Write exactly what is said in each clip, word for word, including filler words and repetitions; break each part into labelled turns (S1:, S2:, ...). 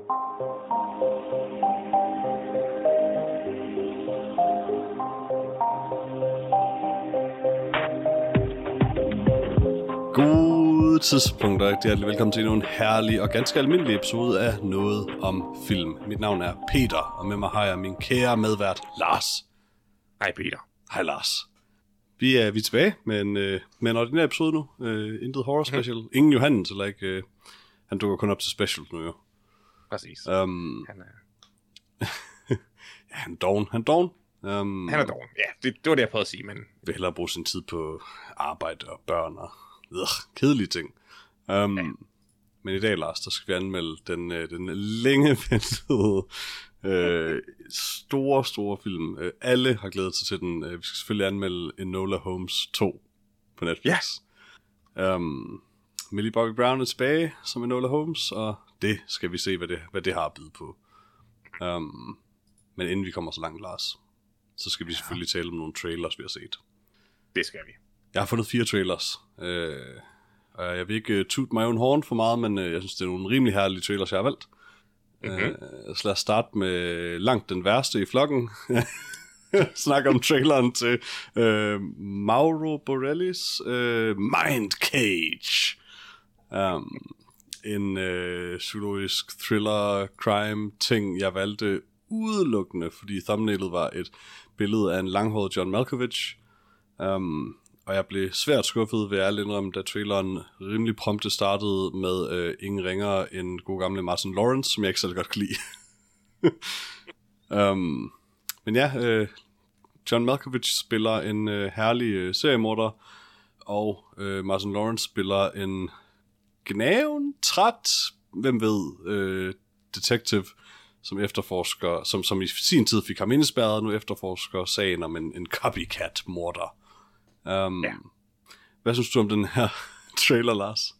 S1: Gode tidspunkter, hjertelig velkommen til endnu en herlig og ganske almindelig episode af Noget om Film. Mit navn er Peter, og med mig har jeg min kære medvært, Lars.
S2: Hej Peter.
S1: Hej Lars. Vi er, vi er tilbage med en, øh, med en ordinær episode nu. Øh, intet horror special. Mm-hmm. Ingen Johannes, eller ikke. Øh, han dukker kun op til special nu jo.
S2: Præcis.
S1: Um,
S2: han er...
S1: ja, han er doven. Han er doven. Um,
S2: han er doven. Ja, det, det var det, jeg prøvede at sige, men...
S1: vil hellere bruge sin tid på arbejde og børn og øh, kedelige ting. Um, ja. Men i dag, Lars, der skal vi anmelde den, øh, den længe ventede øh, store, store film. Øh, alle har glædet sig til den. Øh, vi skal selvfølgelig anmelde Enola Holmes to på Netflix. Ja. Um, Millie Bobby Brown er tilbage som Enola Holmes, og det skal vi se, hvad det, hvad det har at byde på. Um, men inden vi kommer så langt, Lars, så skal vi selvfølgelig tale om nogle trailers, vi har set.
S2: Det skal vi.
S1: Jeg har fundet fire trailers. Øh, og jeg vil ikke uh, toot my own horn for meget, men uh, jeg synes, det er nogle rimelig herlige trailers, jeg har valgt. Mm-hmm. Øh, så lad os starte med langt den værste i flokken. Snak om traileren til uh, Mauro Borellis uh, Mind Cage. Um, en uh, psykologisk thriller crime ting, jeg valgte udelukkende, fordi thumbnailet var et billede af en langhåret John Malkovich. Um, og jeg blev svært skuffet, ved at indrømme, da traileren rimelig prompte startede med øh, ingen ringere end god gamle Martin Lawrence, som jeg ikke så godt kan lide. um, men ja, øh, John Malkovich spiller en øh, herlig øh, seriemorder, og øh, Martin Lawrence spiller en gnaven, træt, hvem ved, øh, detective, som efterforsker, som, som i sin tid fik ham indespærret, nu efterforsker sagen om en, en copycat-morder. Um, ja. Hvad synes du om den her trailer, Lars?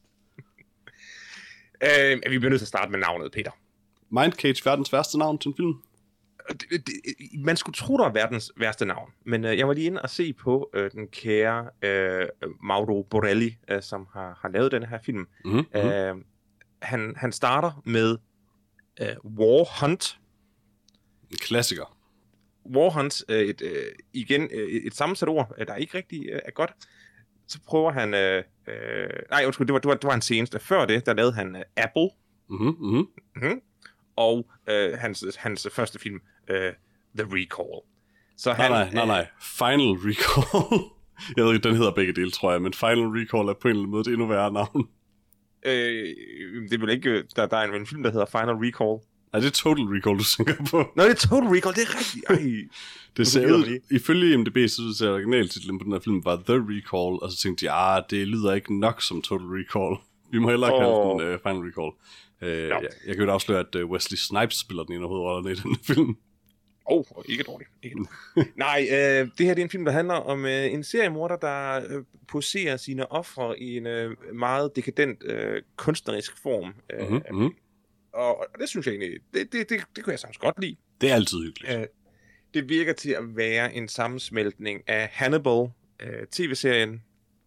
S2: øh, vi bliver nødt til at starte med navnet, Peter.
S1: Mind Cage, verdens værste navn til en film?
S2: Det, det, man skulle tro, der var verdens værste navn, men øh, jeg var lige inde og se på øh, den kære øh, Mauro Borelli, øh, som har, har lavet den her film. Mm-hmm. Øh, han, han starter med øh, War Hunt.
S1: En klassiker.
S2: War Hunt, øh, et, øh, igen øh, et sammensat ord, der ikke rigtig øh, er godt. Så prøver han... Øh, øh, nej, undskyld, det var, det, var, det var hans seneste. Før det, der lavede han øh, Apple.
S1: Mm-hmm, mm-hmm.
S2: Mm-hmm. Og øh, hans, hans første film, øh, The Recall. Så
S1: nej,
S2: han,
S1: nej, nej, nej. Final Recall. Jeg ved ikke, den hedder begge dele, tror jeg, men Final Recall er på en eller anden måde det endnu værre navn.
S2: Øh, det er vel ikke... Der, der er en, en film, der hedder Final Recall.
S1: Nej, det er Total Recall, du tænker på.
S2: Nå, det er Total Recall, det er rigtigt. Ej.
S1: Det ser ud, ifølge I M D B, så synes jeg, at originaltitlen på den her film var The Recall, og så tænkte jeg, ah, det lyder ikke nok som Total Recall. Vi må hellere kalde oh. den uh, Final Recall. Uh, ja. jeg, jeg kan jo afsløre, at uh, Wesley Snipes spiller den ene af hovedrollerne i den film.
S2: Åh, oh, ikke dårligt. Ikke dårligt. Nej, øh, det her det er en film, der handler om øh, en seriemorder, der øh, poserer sine ofre i en øh, meget dekadent øh, kunstnerisk form. Øh, mm-hmm. Og, og det synes jeg egentlig, det, det, det, det kunne jeg sagtens godt lide.
S1: Det er altid hyggeligt.
S2: Øh, det virker til at være en sammensmeltning af Hannibal, øh, tv-serien,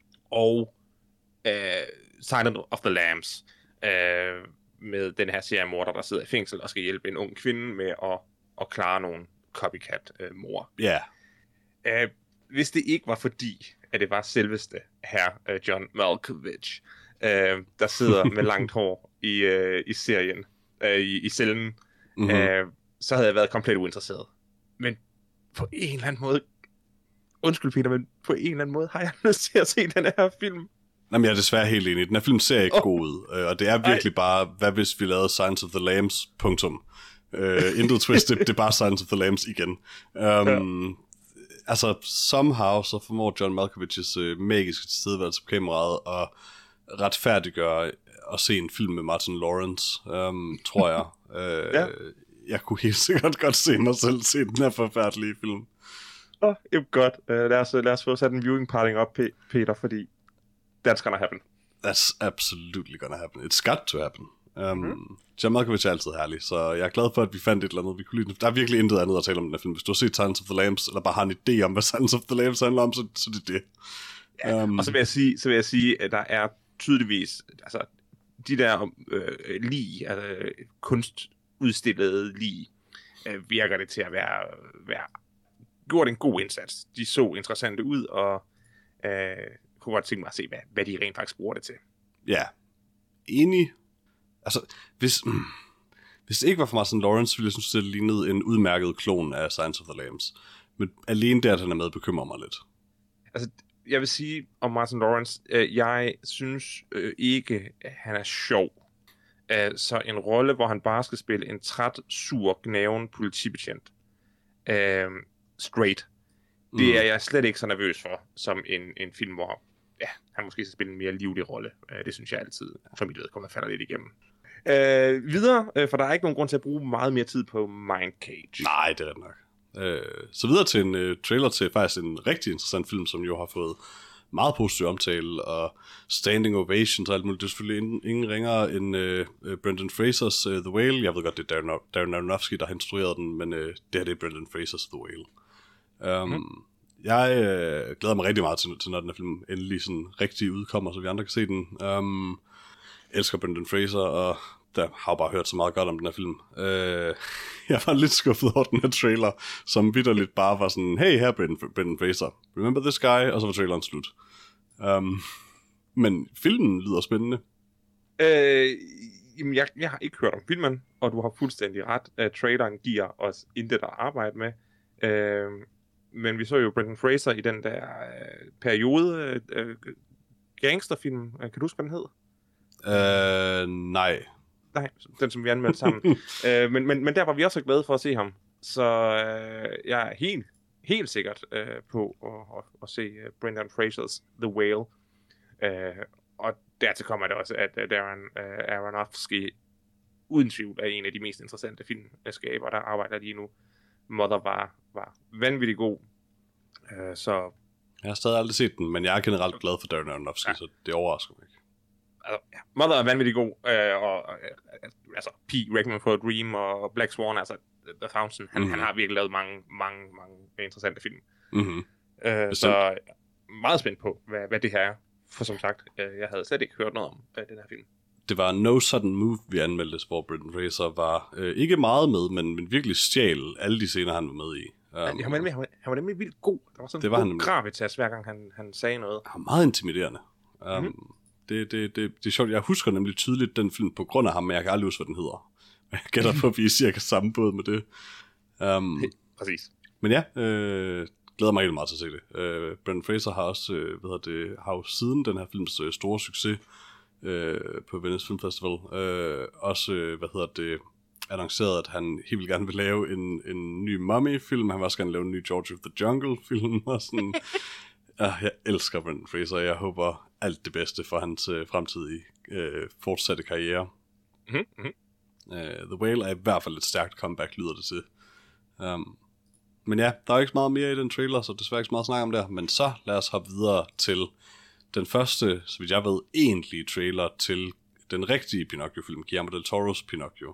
S2: og øh, Silence of the Lambs, øh, med den her seriemorder, der sidder i fængsel og skal hjælpe en ung kvinde med at, at klare nogle copycat-mor.
S1: Ja.
S2: Yeah. Øh, hvis det ikke var fordi, at det var selveste herr øh, John Malkovich, øh, der sidder med langt hår i, øh, i serien, øh, i, i cellen, mm-hmm. øh, så havde jeg været komplet uinteresseret. Men på en eller anden måde, undskyld Peter, men på en eller anden måde har jeg lyst til at se den her film.
S1: Jamen, jeg er desværre helt enig. Den her film ser ikke oh. god ud, og det er virkelig Ej. bare, hvad hvis vi lavede Silence of the Lambs, punktum. Uh, intet twist, det, det er bare Silence of the Lambs igen. Um, ja. Altså, somehow, så formår John Malkovich's uh, magiske tilstedeværelse på kameraet at retfærdiggøre at se en film med Martin Lawrence, um, tror jeg. Uh, ja. Jeg kunne helt sikkert godt se mig selv se den her forfærdelige film.
S2: Åh, oh, det er godt. Uh, lad, os, lad os få sat en viewing party op, Peter, fordi that's gonna happen.
S1: That's absolutely gonna happen. It's got to happen. Um, mm-hmm. John Malkovich er altid herlig, så jeg er glad for, at vi fandt et eller andet, vi kunne lide. Der er virkelig intet andet at tale om den her film. Hvis du har set Silence of the Lambs, eller bare har en idé om, hvad Silence of the Lambs handler om, så, så det er det.
S2: Ja, um, og så vil, jeg sige, så vil jeg sige, at der er tydeligvis, altså, de der øh, lige, altså, kunst, udstillede lige, øh, virker det til at være, være gjort en god indsats. De så interessante ud, og øh, kunne godt tænke mig at se, hvad, hvad de rent faktisk bruger det til.
S1: Ja, enig. Altså, hvis, mm, hvis det ikke var for Martin Lawrence, ville jeg synes, det lignede en udmærket klon af Silence of the Lambs. Men alene det, at han er med, bekymrer mig lidt.
S2: Altså, jeg vil sige om Martin Lawrence, øh, jeg synes øh, ikke, at han er sjov. Øh, så en rolle, hvor han bare skal spille en træt, sur, gnaven politibetjent. Øh, straight. Det mm. er jeg slet ikke så nervøs for, som en, en film, hvor ja, han måske skal spille en mere livlig rolle. Øh, det synes jeg altid, for mit vedkommende, falder lidt igennem. Øh, videre, øh, for der er ikke nogen grund til at bruge meget mere tid på Mind Cage.
S1: Nej, det er det nok. Øh, så videre til en øh, trailer til faktisk en rigtig interessant film, som jo har fået meget positiv omtale og standing ovations og alt muligt. Det er selvfølgelig ingen, ingen ringere end øh, Brendan Frasers uh, The Whale. Jeg ved godt, det er Darren, Darren Aronofsky, der har instrueret den, men øh, det her det er Brendan Frasers The Whale. Um, mm. Jeg øh, glæder mig rigtig meget til, til, når den her film endelig sådan rigtig udkommer, så vi andre kan se den. Um, elsker Brendan Fraser, og der har bare hørt så meget godt om den her film. Uh, jeg var lidt skuffet over den her trailer, som vitterligt bare var sådan, hey, her er Brendan, Brendan Fraser. Remember this guy? Og så var traileren slut. Um, men filmen lyder spændende.
S2: Øh, jamen, jeg, jeg har ikke hørt om filmen, og du har fuldstændig ret. Uh, traileren giver os intet at arbejde med. Uh, men vi så jo Brendan Fraser i den der uh, periode uh, gangsterfilm. Uh, kan du huske, hvad den hed?
S1: Uh, nej.
S2: Nej, den som vi anmeldte sammen. uh, men, men, men der var vi også så glade for at se ham. Så uh, jeg er helt, helt sikkert uh, på at, at, at se uh, Brendan Frasers The Whale. Uh, og dertil kommer det også, at uh, Darren uh, Aronofsky uden tvivl er en af de mest interessante filmskaber, der arbejder lige nu. Mother var, var vanvittig god. Uh, så
S1: jeg har stadig aldrig set den, men jeg er generelt glad for Darren Aronofsky, ja. Så det overrasker mig ikke.
S2: Altså, ja. Mother er vanvittig god, øh, og øh, altså, P. Requiem for a Dream og Black Swan, altså The Fountain, han, mm-hmm. han har virkelig lavet mange, mange, mange interessante film. Mm-hmm. Øh, så meget spændt på, hvad, hvad det her er. For som sagt, øh, jeg havde slet ikke hørt noget om øh, den her film.
S1: Det var No Sudden Move, vi anmeldte, hvor Brendan Fraser var øh, ikke meget med, men, men virkelig stjal alle de scener, han var med i. Um,
S2: han, han, var nemlig, han, var, han var nemlig vildt god. Der var sådan det var en god gravitas, hver gang han, han sagde noget.
S1: Han var meget intimiderende. Um, mm-hmm. Det, det, det, det er sjovt. Jeg husker nemlig tydeligt den film på grund af ham, men jeg kan aldrig huske, hvad den hedder. Jeg gætter på, at vi er cirka samme båd med det. Um,
S2: hey, præcis.
S1: Men ja, øh, glæder mig helt meget til at se det. Øh, Brendan Fraser har også, øh, hvad hedder det, har jo siden den her films øh, store succes øh, på Venice Film Festival, øh, også, øh, hvad hedder det, annonceret, at han helt vildt gerne vil lave en, en ny Mummy-film. Han vil også gerne lave en ny George of the Jungle-film og sådan. Ja, jeg elsker Brendan Fraser, og jeg håber alt det bedste for hans øh, fremtidige øh, fortsatte karriere. Mm-hmm. Uh, The Whale er i hvert fald et stærkt comeback, lyder det til. Um, men ja, der er ikke så meget mere i den trailer, så desværre ikke så meget at snakke om der. Men så lad os hoppe videre til den første, så vidt jeg ved, egentlige trailer til den rigtige Pinocchio-film, Guillermo del Toros Pinocchio.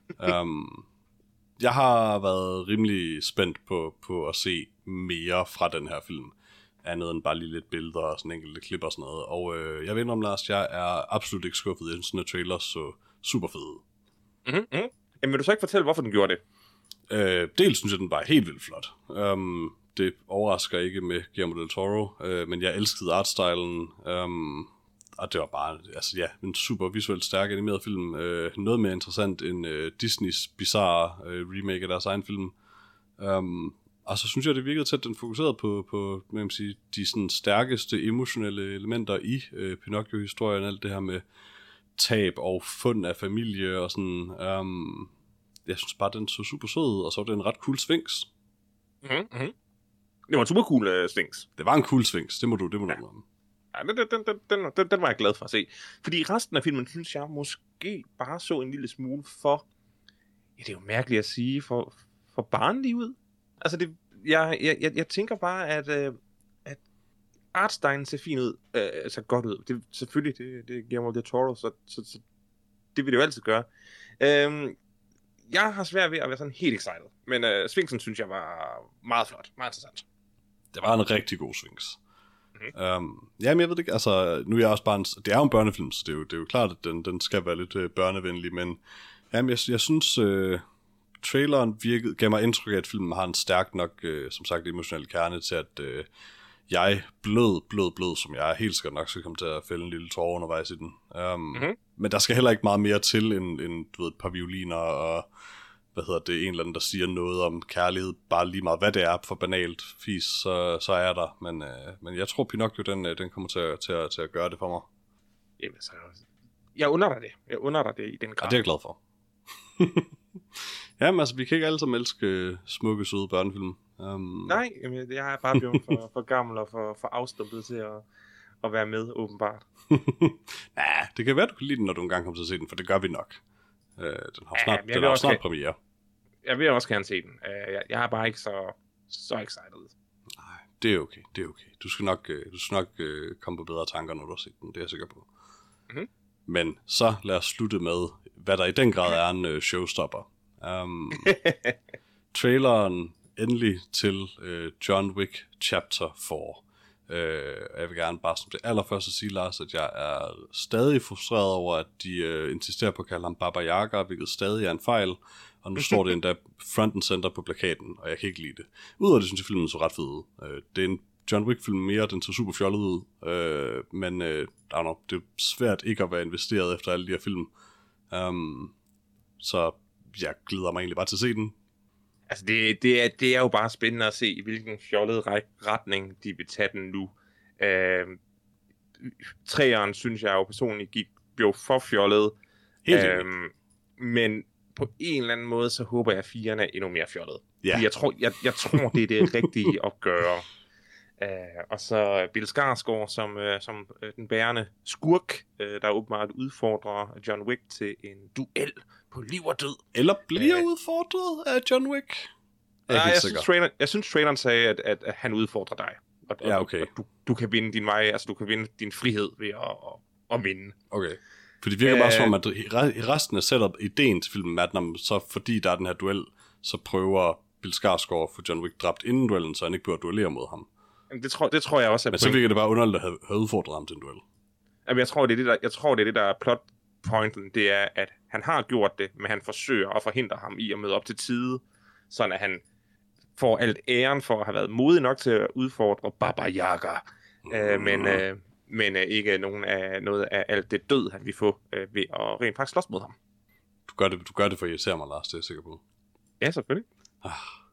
S1: um, jeg har været rimelig spændt på, på at se mere fra den her film. Andet end bare lige lidt billeder og sådan enkelte klip og sådan noget. Og øh, jeg ved ikke om, Lars, jeg er absolut ikke skuffet. Jeg synes, sådan en trailer så super fed ud.
S2: Mm-hmm. Jamen, vil du så ikke fortælle, hvorfor den gjorde det?
S1: Øh, dels synes jeg, den var helt vildt flot. Um, det overrasker ikke med Guillermo del Toro, øh, men jeg elskede artstylen. Um, og det var bare, altså ja, en super visuelt stærk animeret film. Øh, noget mere interessant end øh, Disneys bizarre øh, remake af deres egen film. Um, Og så synes jeg, det virkede til, at den fokuserede på, på hvad man sige, de sådan stærkeste emotionelle elementer i øh, Pinocchio-historien. Alt det her med tab og fund af familie og sådan. Um, jeg synes bare, den så super sød ud, og så var det en ret cool Sphinx.
S2: Mm-hmm. Det var en super cool uh, Sphinx.
S1: Det var en cool Sphinx, det må du, det må
S2: ja.
S1: du om.
S2: Ja, den, den, den, den, den, den var jeg glad for at se. Fordi resten af filmen, synes jeg måske bare så en lille smule for, ja, det er jo mærkeligt at sige, for, for barnlig ud. Altså, det, jeg, jeg, jeg tænker bare, at, øh, at artstylen ser fin ud, øh, ser godt ud. Det, selvfølgelig, det, det er Guillermo del Toro, så, så, så det vil det jo altid gøre. Øhm, jeg har svært ved at være sådan helt excited, men øh, Sphinxen synes jeg var meget flot, meget interessant.
S1: Det var en rigtig god Sphinx. Mm-hmm. Um, jamen, jeg ved ikke, altså, nu er jeg også bare en, det er jo en børnefilm, så det er jo, det er jo klart, at den, den skal være lidt øh, børnevenlig, men Jamen, jeg, jeg synes, øh, traileren virkede, gav mig indtryk af, at filmen har en stærk nok, øh, som sagt, emotionel kerne til, at øh, jeg, blød, blød, blød, som jeg er, helt sikkert nok skal komme til at fælde en lille tårer undervejs i den. Um, mm-hmm. Men der skal heller ikke meget mere til, end, end du ved, et par violiner og, hvad hedder det, en eller anden, der siger noget om kærlighed, bare lige meget, hvad det er for banalt fis, så, så er der. Men, øh, men jeg tror, Pinocchio, den, den kommer til at, til, at, til at gøre det for mig.
S2: Jamen, så jeg under dig det. Jeg under dig det i den grad.
S1: Ja, det er jeg glad for. Jamen, altså, vi kan ikke alle sammen elske smukke, søde børnefilm. Um...
S2: Nej, jamen, jeg er bare blevet for, for gammel og for, for afstumpet til at, at være med, åbenbart.
S1: Ja, det kan være, du kan lide den, når du engang kommer til at se den, for det gør vi nok. Uh, den har
S2: ja,
S1: snart, den har snart have... premiere.
S2: Jeg vil også gerne se den. Uh, jeg, jeg er bare ikke så, så excited.
S1: Nej, det er okay, det er okay. Du skal nok, uh, du skal nok uh, komme på bedre tanker, når du har set den, det er jeg sikker på. Mm-hmm. Men så lad os slutte med, hvad der i den grad er en uh, showstopper. Um, traileren endelig til uh, John Wick Chapter fire. Uh, jeg vil gerne bare som det allerførste sige, Lars, at jeg er stadig frustreret over, at de uh, insisterer på at kalde ham Baba Yaga, hvilket stadig er en fejl. Og nu står det endda front and center på plakaten, og jeg kan ikke lide det. Udover det synes jeg, filmen så ret fed ud. Uh, det er en John Wick-film mere, den så super fjollet ud. Uh, men uh, know, det er svært ikke at være investeret efter alle de her film. Um, så jeg glæder mig egentlig bare til at se den.
S2: Altså, det, det, er, det er jo bare spændende at se, i hvilken fjollet retning de vil tage den nu. Øh, Treeren, synes jeg jo personligt, gik jo for fjollet.
S1: Helt øh,
S2: men på en eller anden måde, så håber jeg, at fireren er endnu mere fjollet.
S1: Yeah.
S2: Jeg tror, jeg, jeg tror, det er det rigtige at gøre. Uh, og så Bill Skarsgård som, uh, som uh, den bærende skurk, uh, der åbenbart udfordrer John Wick til en duel på liv og død.
S1: Eller bliver uh, udfordret af John Wick?
S2: Nej, jeg, jeg, synes, traileren, jeg synes traileren sagde, at, at, at han udfordrer dig. Og, og,
S1: ja, okay.
S2: og du, du kan vinde din vej, altså du kan vinde din frihed ved at, at, at vinde.
S1: Okay. For det virker uh, bare som om, at i resten af setup, ideen til filmen, at når, så fordi der er den her duel, så prøver Bill Skarsgård at få John Wick dræbt inden duellen, så han ikke bør duellere mod ham.
S2: Det tror, det tror jeg også er.
S1: Men så virker det bare underligt at have, have udfordret ham til en duel.
S2: Jamen, jeg tror, det er det, der, jeg tror, det er det, der er plot pointen. Det er, at han har gjort det, men han forsøger at forhindre ham i at møde op til tide, sådan at han får alt æren for at have været modig nok til at udfordre Baba Yaga. Mm. Øh, men øh, men øh, ikke nogen af, noget af alt det død, han vil få øh, ved at rent faktisk slås mod ham.
S1: Du gør det, du gør det for at irritere mig, Lars, det er jeg sikker på.
S2: Ja, selvfølgelig.
S1: Ah.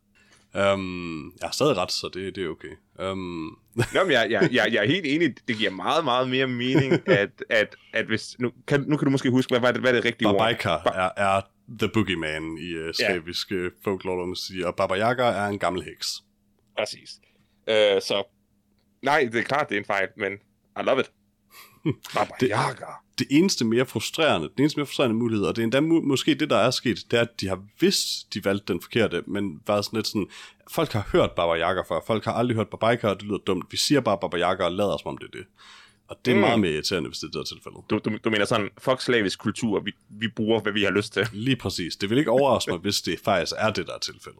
S1: Um, jeg har stadig ret, så det, det er okay. Um...
S2: Nå, men jeg, jeg, jeg, jeg er helt enig. Det giver meget, meget mere mening, at, at, at hvis... Nu kan, nu kan du måske huske, hvad, hvad, hvad er det rigtige ord?
S1: Babaika er, er the boogeyman i uh, slavisk ja. folklore, man siger, og Baba Yaga er en gammel heks.
S2: Præcis. Uh, så... Nej, det er klart, det er en fejl, men I love it. Baba Yaga.
S1: Det eneste mere frustrerende, den eneste mere frustrerende mulighed, og det er endda må, måske det, der er sket, det er, at de har vidst, de valgte den forkerte, men været sådan lidt sådan, folk har hørt Baba Yaga før, folk har aldrig hørt Babaika, og det lyder dumt. Vi siger bare Baba Yaga og lader som om det er det. Og det er mm. meget mere irriterende, hvis det er det der tilfælde.
S2: Du, du, du mener sådan, fuck slavisk kultur, vi, vi bruger, hvad vi har lyst til.
S1: Lige præcis. Det vil ikke overraske mig, hvis det faktisk er det, der er tilfældet.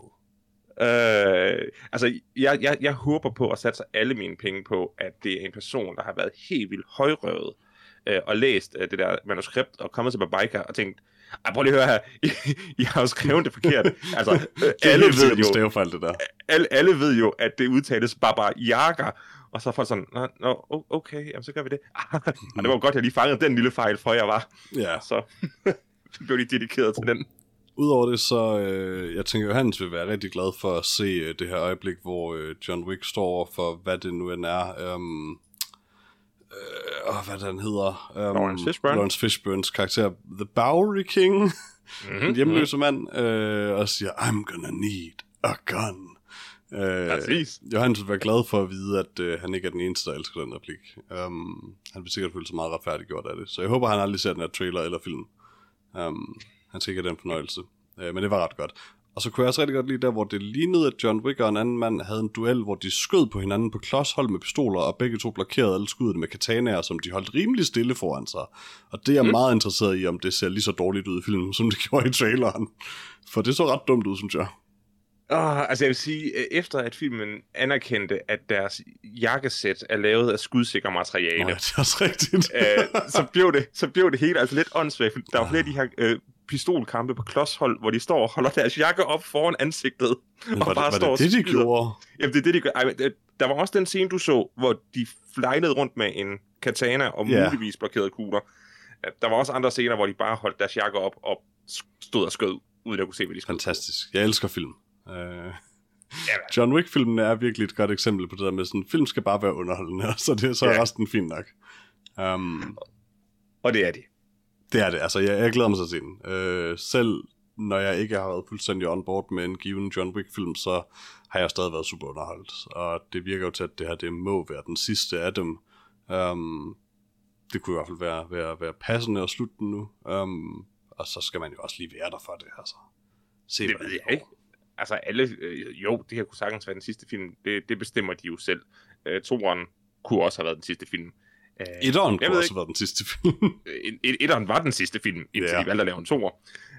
S2: Øh, altså, jeg, jeg, jeg håber på at satse alle mine penge på, at det er en person, der har været helt vildt højrøvet, øh, og læst øh, det der manuskript, og kommet til Babaika og tænkt, ej, prøv lige at høre her, I, I har jo skrevet det forkert. Altså, øh, alle, ved jo,
S1: stavefejl, det der.
S2: alle, alle ved jo, at det udtales Baba Yaga, og så er folk sådan, nå, nå okay, jamen, så gør vi det. Og det var godt, jeg lige fangede den lille fejl, for jeg var.
S1: Ja.
S2: Så blev de dedikeret til den.
S1: Udover det, så øh, jeg tænker, Johannes vil være rigtig glad for at se øh, det her øjeblik, hvor øh, John Wick står over for, hvad det nu end er. Um, øh, hvad den hedder. Um,
S2: Lawrence Fishburne.
S1: Lawrence Fishburnes karakter, The Bowery King. Mm-hmm. En hjemløse mand. Øh, og siger, I'm gonna need a gun. Øh, Johannes vil være glad for at vide, at øh, han ikke er den eneste, der elsker den replik. Um, han vil sikkert føle sig meget retfærdiggjort af det. Så jeg håber, han aldrig ser den her trailer eller film. Um, Han skal ikke have den fornøjelse. Øh, men det var ret godt. Og så kunne jeg også rigtig godt lide der, hvor det lignede, at John Wick og en anden mand havde en duel, hvor de skød på hinanden på klodshold med pistoler, og begge to blokerede alle skuddene med katanaer, som de holdt rimelig stille foran sig. Og det er jeg mm. meget interesseret i, om det ser lige så dårligt ud i filmen, som det gjorde i traileren. For det så ret dumt ud, synes jeg.
S2: Oh, altså jeg vil sige, efter at filmen anerkendte, at deres jakkesæt er lavet af skudsikker materiale,
S1: nej, det er også rigtigt.
S2: øh, så, blev det, så blev det hele altså lidt åndssvagt. Der var flere af de her øh, pistolkampe på klodshold, hvor de står og holder deres jakke op foran ansigtet.
S1: Men
S2: og
S1: var,
S2: bare
S1: det, var
S2: står
S1: det det, de
S2: skyder.
S1: gjorde?
S2: Jamen, det er det, de gør. Ej, der var også den scene, du så, hvor de flejlede rundt med en katana og
S1: Ja.
S2: muligvis blokerede kugler. Der var også andre scener, hvor de bare holdt deres jakke op og stod og skød, uden at kunne se, hvad de skulle.
S1: Fantastisk. Jeg elsker film. Uh,
S2: Ja,
S1: John Wick-filmen er virkelig et godt eksempel på det der med sådan, film skal bare være underholdende, så, det, så er
S2: Ja.
S1: resten fint nok. Um,
S2: og det er de.
S1: det er det, altså jeg, jeg glæder mig til at se den. Uh, selv når jeg ikke har været fuldstændig on board med en given John Wick-film, så har jeg stadig været super underholdt. Og det virker jo til, at det her det må være den sidste af dem. Um, det kunne i hvert fald være, være, være passende at slutte den nu. Um, og så skal man jo også lige være der for det, altså. Se,
S2: Det
S1: hvordan
S2: ved jeg
S1: går.
S2: ikke. Altså alle, øh, jo, det her kunne sagtens være den sidste film. Det, det bestemmer de jo selv. Øh, Toren kunne også have været den sidste film. Øh,
S1: Etteren
S2: jeg
S1: kunne
S2: ved
S1: også
S2: ikke.
S1: have været den sidste film.
S2: Et, et, etteren var den sidste film, indtil
S1: Ja.
S2: de valgte at lave en toer.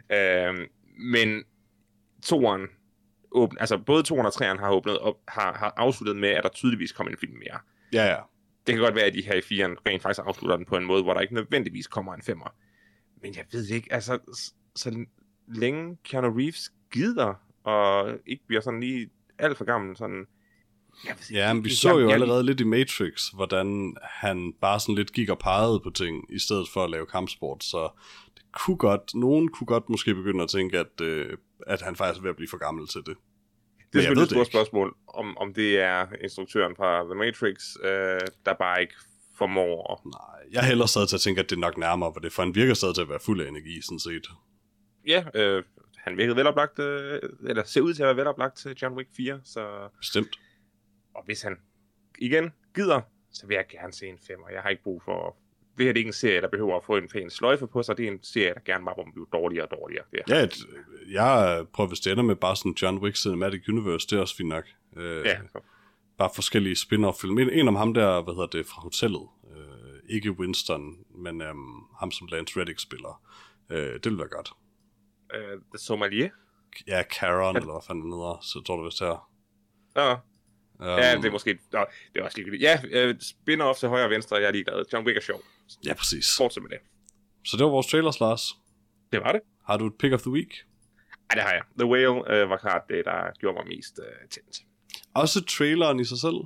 S2: Øh, men toeren, åbn, altså både toeren og treeren har åbnet op, har, har afsluttet med, at der tydeligvis kommer en film mere.
S1: ja, ja.
S2: Det kan godt være, at de her i firen rent faktisk afslutter den på en måde, hvor der ikke nødvendigvis kommer en femmer. Men jeg ved ikke, altså, så, så længe Keanu Reeves gider, og ikke bliver sådan lige alt for gammel, sådan... Jeg ved
S1: Ja, men vi
S2: ikke,
S1: så
S2: jeg-
S1: jo
S2: jeg-
S1: allerede lidt i Matrix, hvordan han bare sådan lidt gik og pegede på ting, i stedet for at lave kampsport, så det kunne godt, nogen kunne godt måske begynde at tænke, at, øh, at han faktisk er ved at blive for gammel til det.
S2: Det er
S1: Men jeg
S2: selvfølgelig
S1: ved
S2: et
S1: det
S2: stort
S1: ikke.
S2: spørgsmål, om, om det er instruktøren fra The Matrix, øh, der bare ikke formår at...
S1: Nej, jeg hælder stadig til at tænke, at det er nok nærmere, for det for han virker stadig til at være fuld af energi, sådan set.
S2: Ja, øh, han virkede veloplagt, øh, eller ser ud til at være veloplagt til John Wick fire, så...
S1: Bestemt.
S2: Og hvis han igen gider, så vil jeg gerne se en femmer. Jeg har ikke brug for... Det her det er ikke en serie, der behøver at få en pæn sløjfe på sig. Det er en serie, der gerne bare må blive dårligere og dårligere. Det er.
S1: Ja, et, jeg prøver, hvis det ender med bare sådan John Wick Cinematic Universe, det er også fint nok. Øh,
S2: Ja,
S1: Bare forskellige spin-off-film. En, en om ham der, hvad hedder det, fra hotellet. Øh, ikke Winston, men øhm, ham som Lance Reddick spiller. Øh, det vil være godt.
S2: uh, The Sommelier.
S1: Ja, Karen, eller hvad fanden den hedder, så tror du vist her.
S2: Ja,
S1: Um,
S2: ja, det er måske... Nå, det er også ligegyldigt. Ja, uh, spin-off til højre og venstre, jeg er ligeglad. John Wick er sjov.
S1: Ja, præcis.
S2: Fortsæt med det.
S1: Så det var vores trailers, Lars.
S2: Det var det.
S1: Har du et pick of the week?
S2: Ja, det har jeg. The Whale uh, var klart det, der gjorde mig mest uh, tændt.
S1: Også traileren i sig selv?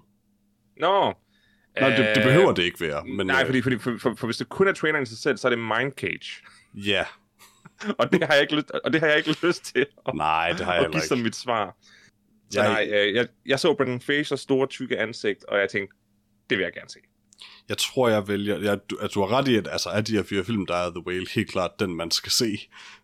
S2: Nå.
S1: Nej, det, det behøver det ikke være. Men,
S2: Nej,
S1: øh,
S2: fordi, fordi for, for, for hvis det kun er traileren i sig selv, så er det Mind Cage.
S1: Ja,
S2: og det har jeg ikke lyst, og det har jeg ikke lyst til at,
S1: nej, det har jeg
S2: at
S1: heller
S2: give som
S1: ikke.
S2: mit svar. Så
S1: Jeg-
S2: nej, øh, jeg, jeg så Brendan Frasers store, tykke ansigt, og jeg tænkte, det vil jeg gerne se.
S1: Jeg tror, jeg vælger... Jeg, du, at du har ret i, at altså, af de her fire film, der er The Whale helt klart den, man skal se.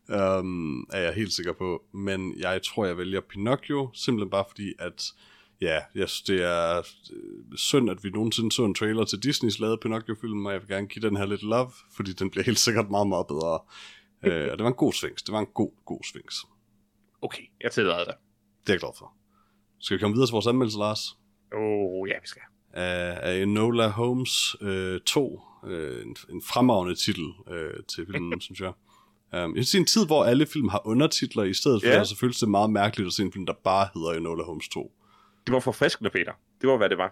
S1: Um, er jeg helt sikker på. Men jeg tror, jeg vælger Pinocchio, simpelthen bare fordi, at ja, jeg synes, det er øh, synd, at vi nogensinde så en trailer til Disneys lavede Pinocchio-film, og jeg vil gerne give den her lidt love, fordi den bliver helt sikkert meget, meget bedre. uh, og det var en god svings. Det var en god, god svings.
S2: Okay, jeg tillader dig.
S1: Det er jeg glad for. Skal vi komme videre til vores anmeldelse, Lars?
S2: Åh, oh, ja, vi skal.
S1: Af, af Enola Holmes øh, to. Øh, en, en fremragende titel øh, til filmen, synes jeg. Um, jeg synes, i en tid, hvor alle film har undertitler i stedet for,
S2: Ja.
S1: yeah. så føles det meget mærkeligt at se en film, der bare hedder Enola Holmes to.
S2: Det var forfriskende, Peter. Det var, hvad det var.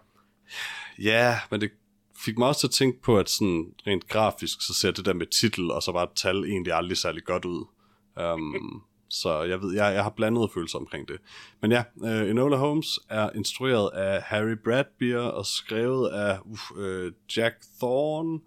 S1: Ja, men det fik mig også til at tænke på, at sådan rent grafisk, så ser det der med titel og så bare et tal egentlig aldrig særlig godt ud. Um, så jeg ved, jeg, jeg har blandede følelser omkring det. Men ja, uh, Enola Holmes er instrueret af Harry Bradbeer og skrevet af uh, uh, Jack Thorne.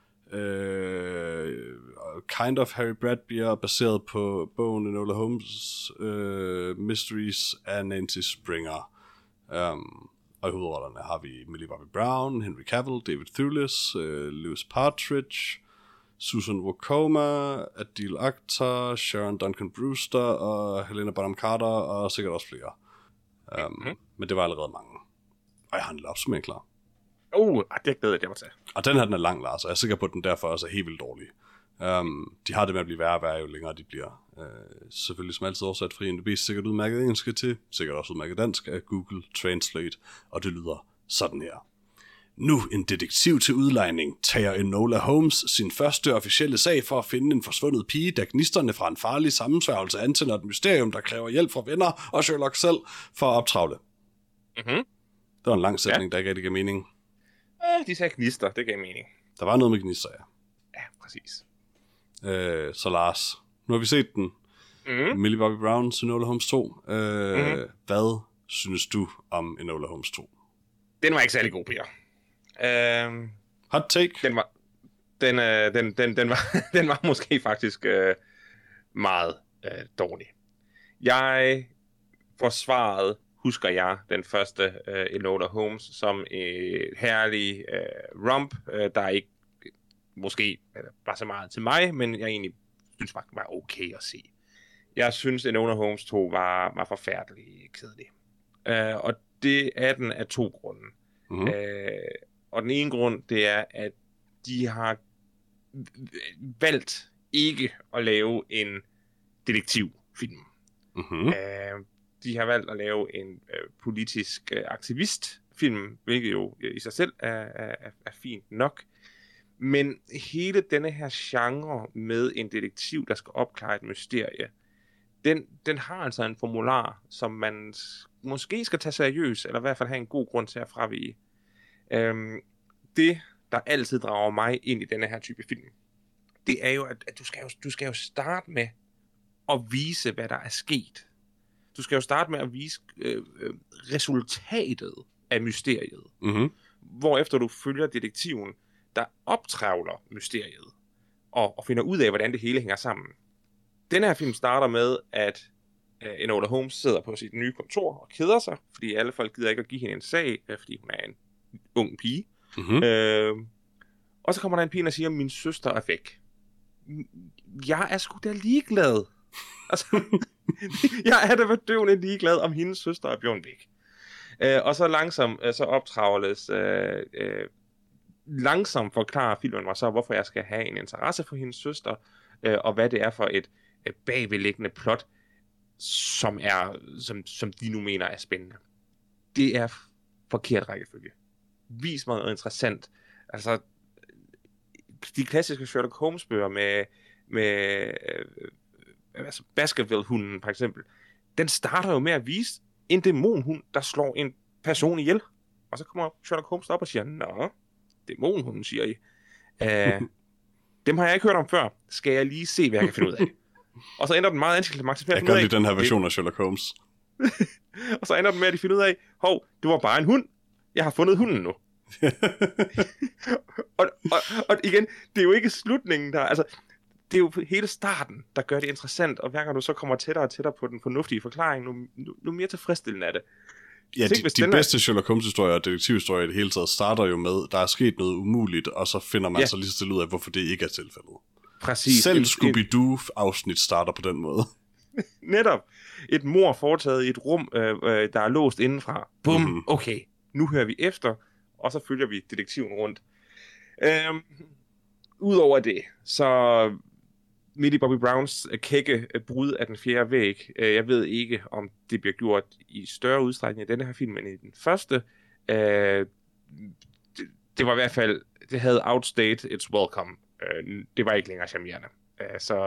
S1: Uh, kind of Harry Bradbeer, baseret på bogen Enola Holmes uh, Mysteries af Nancy Springer. Um, og i hovedrollerne har vi Millie Bobby Brown, Henry Cavill, David Thewlis, uh, Lewis Partridge, Susan Wokoma, Adil Akhtar, Sharon Duncan Brewster og Helena Bonham Carter og sikkert også flere. Um, mm-hmm. Men det var allerede mange. Og jeg har en lille opsummering klar.
S2: Uh, det glæder jeg mig til.
S1: Og den her, den er lang, Lars, og jeg er sikker på, at den derfor også er helt vildt dårlig. Um, de har det med at blive værre og værre, jo længere de bliver. Uh, selvfølgelig som altid oversat fra I M D B's sikkert udmærket engelsk til, sikkert også udmærket dansk af Google Translate, og det lyder sådan her. Nu en detektiv til udlejning tager Enola Holmes sin første officielle sag for at finde en forsvundet pige, da gnisterne fra en farlig sammensværgelse antænder et mysterium, der kræver hjælp fra venner og Sherlock selv for at optravle.
S2: Mhm.
S1: Det var en lang sætning, ja. Der ikke rigtig gav mening.
S2: Ja, de sagde gnister, det gav mening.
S1: Der var noget med gnister, ja.
S2: Ja, præcis.
S1: Øh, så Lars, Nu har vi set den.
S2: Mm.
S1: Millie Bobby Brown's Enola Holmes to. Øh,
S2: Mm.
S1: Hvad synes du om Enola Holmes to?
S2: Den var ikke særlig god, Peter. Uh,
S1: Hot take?
S2: Den var, den, uh, den, den, den, var, den var måske faktisk uh, meget uh, dårlig. Jeg forsvarede, husker jeg, den første uh, Enola Holmes som et herlig uh, romp, uh, der ikke måske var så meget til mig, men jeg egentlig synes faktisk var okay at se. Jeg synes, Enola Holmes to var, var forfærdelig kedelig. Uh, og det er den af to grunde. Mm-hmm. Uh, og den ene grund, det er, at de har valgt ikke at lave en detektivfilm. Mm-hmm. Uh, de har valgt at lave en uh, politisk uh, aktivistfilm, hvilket jo i sig selv er, er, er fint nok. Men hele denne her genre med en detektiv, der skal opklare et mysterie, den, den har altså en formular, som man måske skal tage seriøst, eller i hvert fald have en god grund til at fravige. Øhm, det, der altid drager mig ind i denne her type film, det er jo, at, at du, skal jo, du skal jo starte med at vise, hvad der er sket. Du skal jo starte med at vise øh, øh, resultatet af mysteriet. Mm-hmm. Hvorefter du følger detektiven, der optrævler mysteriet, og, og finder ud af, hvordan det hele hænger sammen. Den her film starter med, at uh, Enola Holmes sidder på sit nye kontor og keder sig, fordi alle folk gider ikke at give hende en sag, fordi hun er en ung pige. Mm-hmm. Uh, og så kommer der en pige, der siger, at min søster er væk. Jeg er sgu da ligeglad. Altså, jeg er da bedøvende ligeglad, om hendes søster er blevet væk. Uh, og så langsomt uh, så optravles... Uh, uh, langsomt forklarer filmen mig så, hvorfor jeg skal have en interesse for hendes søster, øh, og hvad det er for et øh, bagvedliggende plot, som er, som, som de nu mener er spændende. Det er forkert rækkefølge. Vis mig noget interessant. Altså, de klassiske Sherlock Holmes bøger med, med øh, altså Baskerville-hunden, for eksempel, den starter jo med at vise en dæmonhund, der slår en person ihjel. Og så kommer Sherlock Holmes op og siger, nå, dæmonhunden, siger I. Uh, dem har jeg ikke hørt om før. Skal jeg lige se, hvad jeg kan finde ud af. Og så ender den meget antiklimaktisk med at
S1: finde ud af... Jeg kan lide den her version af Sherlock Holmes.
S2: Og så ender den med, at de finder ud af, hov, det var bare en hund. Jeg har fundet hunden nu. og, og, og igen, det er jo ikke slutningen der, altså, det er jo hele starten, der gør det interessant, og hver gang du så kommer tættere og tættere på den fornuftige forklaring, nu, nu, nu mere tilfredsstillende er det.
S1: Ja, de, de bedste Sherlock Holmes-historier og detektivhistorier i det hele taget starter jo med, der er sket noget umuligt, og så finder man ja. så lige så stille ud af, hvorfor det ikke er tilfældet.
S2: Præcis.
S1: Selv Scooby-Doo-afsnit starter på den måde.
S2: Netop. Et mord foretaget i et rum, øh, øh, der er låst indenfra. Bum, mm-hmm. Okay, nu hører vi efter, og så følger vi detektiven rundt. Øhm, Udover det, så Millie Bobby Browns kække brud af den fjerde væg. Jeg ved ikke, om det bliver gjort i større udstrækning i denne her film, end i den første. Det var i hvert fald, det havde outstayed its welcome. Det var ikke længere charmerende. Så,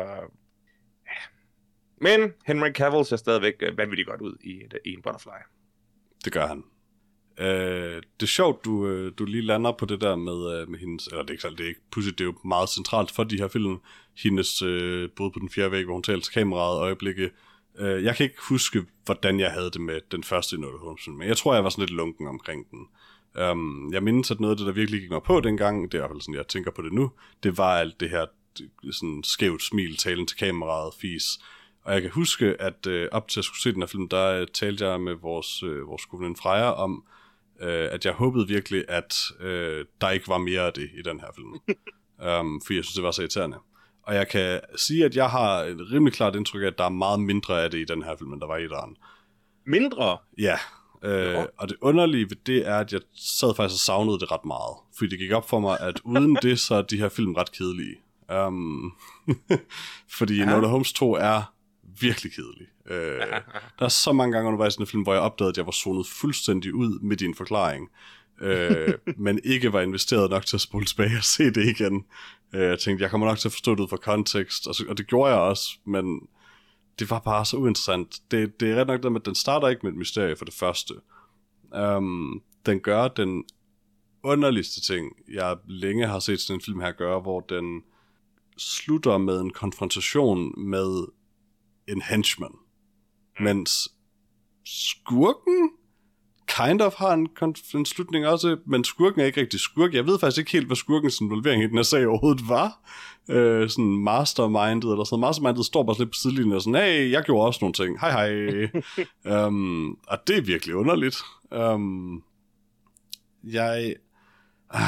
S2: men Henry Cavill ser stadigvæk vanvittigt godt ud i, i en Butterfly.
S1: Det gør han. Uh, det er sjovt, du, du lige lander på det der med, uh, med hendes, eller det er ikke det er ikke pudsigt, det er jo meget centralt for de her film, hendes uh, brud på den fjerde væg, hvor hun taler til kameraet øjeblikke. Uh, jeg kan ikke huske, hvordan jeg havde det med den første Enola Holmes, men jeg tror, jeg var sådan lidt lunken omkring den. Um, jeg mindes, at noget af det, der virkelig gik mig på dengang, det er i hvert fald sådan, jeg tænker på det nu, det var alt det her sådan skævt smil, talen til kameraet, fis. Og jeg kan huske, at uh, op til at skulle se den her film, der uh, talte jeg med vores, uh, vores gode ven Freja om, Uh, at jeg håbede virkelig, at uh, der ikke var mere af det i den her film. um, fordi jeg synes, det var så irriterende. Og jeg kan sige, at jeg har et rimelig klart indtryk af, at der er meget mindre af det i den her film, end der var i den.
S2: Mindre?
S1: Ja. Uh, og det underlige ved det er, at jeg sad faktisk og savnede det ret meget. Fordi det gik op for mig, at uden det, så er de her film ret kedelige. Um, fordi Enola ja. Holmes to er virkelig kedelig. Uh, der er så mange gange undervejs i den film, hvor jeg opdagede, at jeg var zonet fuldstændig ud med din forklaring, uh, men ikke var investeret nok til at spole tilbage og se det igen. Uh, jeg tænkte, jeg kommer nok til at forstå det ud fra kontekst, og, så, og det gjorde jeg også, men det var bare så uinteressant. Det, det er ret nok det med, at den starter ikke med et mysterie for det første. Um, den gør den underligste ting, jeg længe har set sådan en film her gøre, hvor den slutter med en konfrontation med en henchman, mm. mens skurken kind of har en, konf- en slutning også, men skurken er ikke rigtig skurk. Jeg ved faktisk ikke helt, hvad skurkens involvering i den her sag overhovedet var. Øh, sådan mastermindet eller sådan. Mastermindet står bare lidt på sidelinjen og sådan, hey, jeg gjorde også nogle ting. Hej, hej. um, og det er virkelig underligt. Um, jeg... Ah,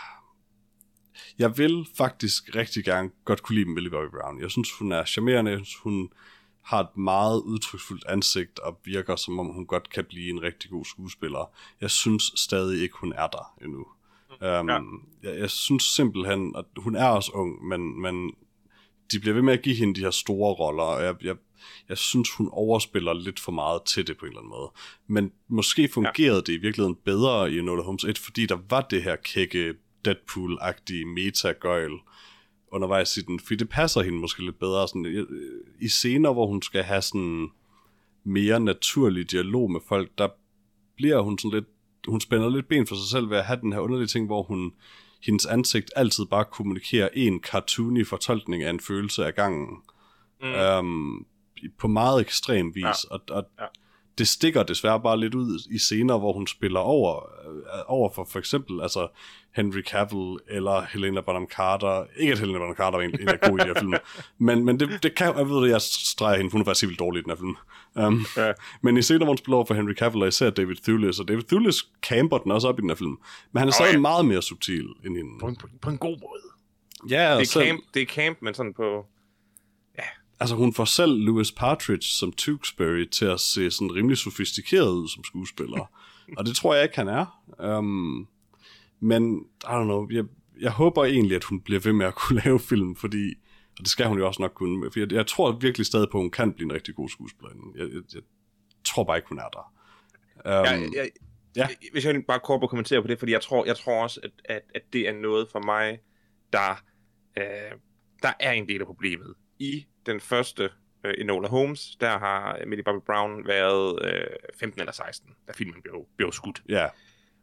S1: jeg vil faktisk rigtig gerne godt kunne lide Millie Bobby Brown. Jeg synes, hun er charmerende. Jeg synes, hun har et meget udtryksfuldt ansigt og virker, som om hun godt kan blive en rigtig god skuespiller. Jeg synes stadig ikke, hun er der endnu. Um, ja. jeg, jeg synes simpelthen, at hun er også ung, men, men de bliver ved med at give hende de her store roller, og jeg, jeg, jeg synes, hun overspiller lidt for meget til det på en eller anden måde. Men måske fungerede ja. det i virkeligheden bedre i Enola Holmes et, fordi der var det her kække Deadpool-agtige meta-gøjl undervejs i den, fordi det passer hende måske lidt bedre sådan, i scener, hvor hun skal have sådan mere naturlig dialog med folk, der bliver hun sådan lidt, hun spænder lidt ben for sig selv ved at have den her underlige ting, hvor hun, hendes ansigt altid bare kommunikerer en cartoony fortolkning af en følelse af gangen. Mm. Um, på meget ekstrem vis, ja. og, og ja. det stikker desværre bare lidt ud i scener, hvor hun spiller over, over for for eksempel altså Henry Cavill eller Helena Bonham Carter. Ikke at Helena Bonham Carter er en, en af gode i den her film, men, men det, det kan, jeg ved det, jeg streger hende, for hun er faktisk vildt dårlig i den her film. Um, ja. Men i scener, hvor hun spiller over for Henry Cavill, og især David Thewlis, og David Thewlis camper den også op i den her film, men han er stadig oh, ja. meget mere subtil end hende.
S2: På en, på en god måde.
S1: Ja,
S2: det, er
S1: selv,
S2: camp, det er camp, men sådan på... Ja.
S1: Altså hun får selv Louis Partridge som Tewksbury til at se sådan rimelig sofistikeret ud som skuespiller. Og det tror jeg ikke, han er. Um, men, I don't know, jeg, jeg håber egentlig, at hun bliver ved med at kunne lave film, fordi, og det skal hun jo også nok kunne, for jeg, jeg tror virkelig stadig på, at hun kan blive en rigtig god skuespiller. Jeg, jeg, jeg tror bare ikke, hun er der. Um,
S2: jeg, jeg, ja. Hvis jeg bare kort på kommentere på det, fordi jeg tror, jeg tror også, at, at, at det er noget for mig, der, øh, der er en del af problemet. I den første øh, Enola Holmes, der har Millie Bobby Brown været øh, femten eller seksten, da filmen blev, blev skudt.
S1: Ja. Yeah.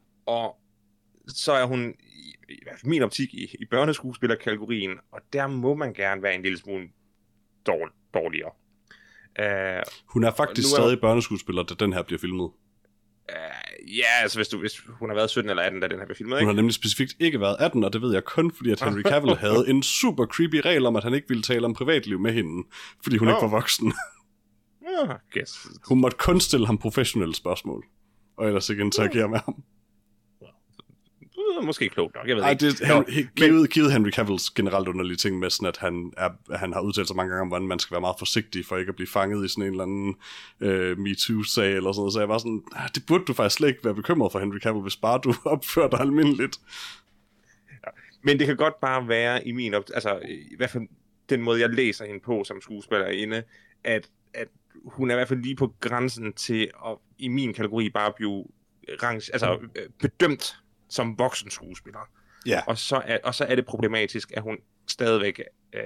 S2: Og så er hun i, i min optik i, i børneskuespillerkategorien, og der må man gerne være en lille smule dårlig, dårligere. Uh,
S1: hun er faktisk er stadig hun... børneskuespiller, da den her bliver filmet.
S2: Uh, ja, altså hvis, du, hvis hun har været sytten eller atten, da den her bliver filmet, ikke?
S1: Hun har nemlig specifikt ikke været atten, og det ved jeg kun, fordi at Henry Cavill havde en super creepy regel om, at han ikke ville tale om privatliv med hende, fordi hun oh. ikke var voksen.
S2: uh, guess.
S1: Hun måtte kun stille ham professionelle spørgsmål, og ellers ikke interagere uh. med ham.
S2: Måske klogt nok, jeg ved
S1: Ej,
S2: ikke.
S1: Det, han, he, givet, givet Henry Cavills generelt underlige ting med sådan, at han, er, han har udtalt sig mange gange om, hvordan man skal være meget forsigtig for ikke at blive fanget i sådan en eller anden uh, MeToo-sag eller sådan noget. Så jeg var sådan, det burde du faktisk slet ikke være bekymret for, Henry Cavill, hvis bare du opfører dig almindeligt.
S2: Ja, men det kan godt bare være i min op... altså i hvert fald den måde, jeg læser hende på som skuespillerinde, at, at hun er i hvert fald lige på grænsen til at i min kategori bare blive range, altså mm. bedømt som voksenskuespiller.
S1: Ja.
S2: Og, så er, og så er det problematisk, at hun stadigvæk øh,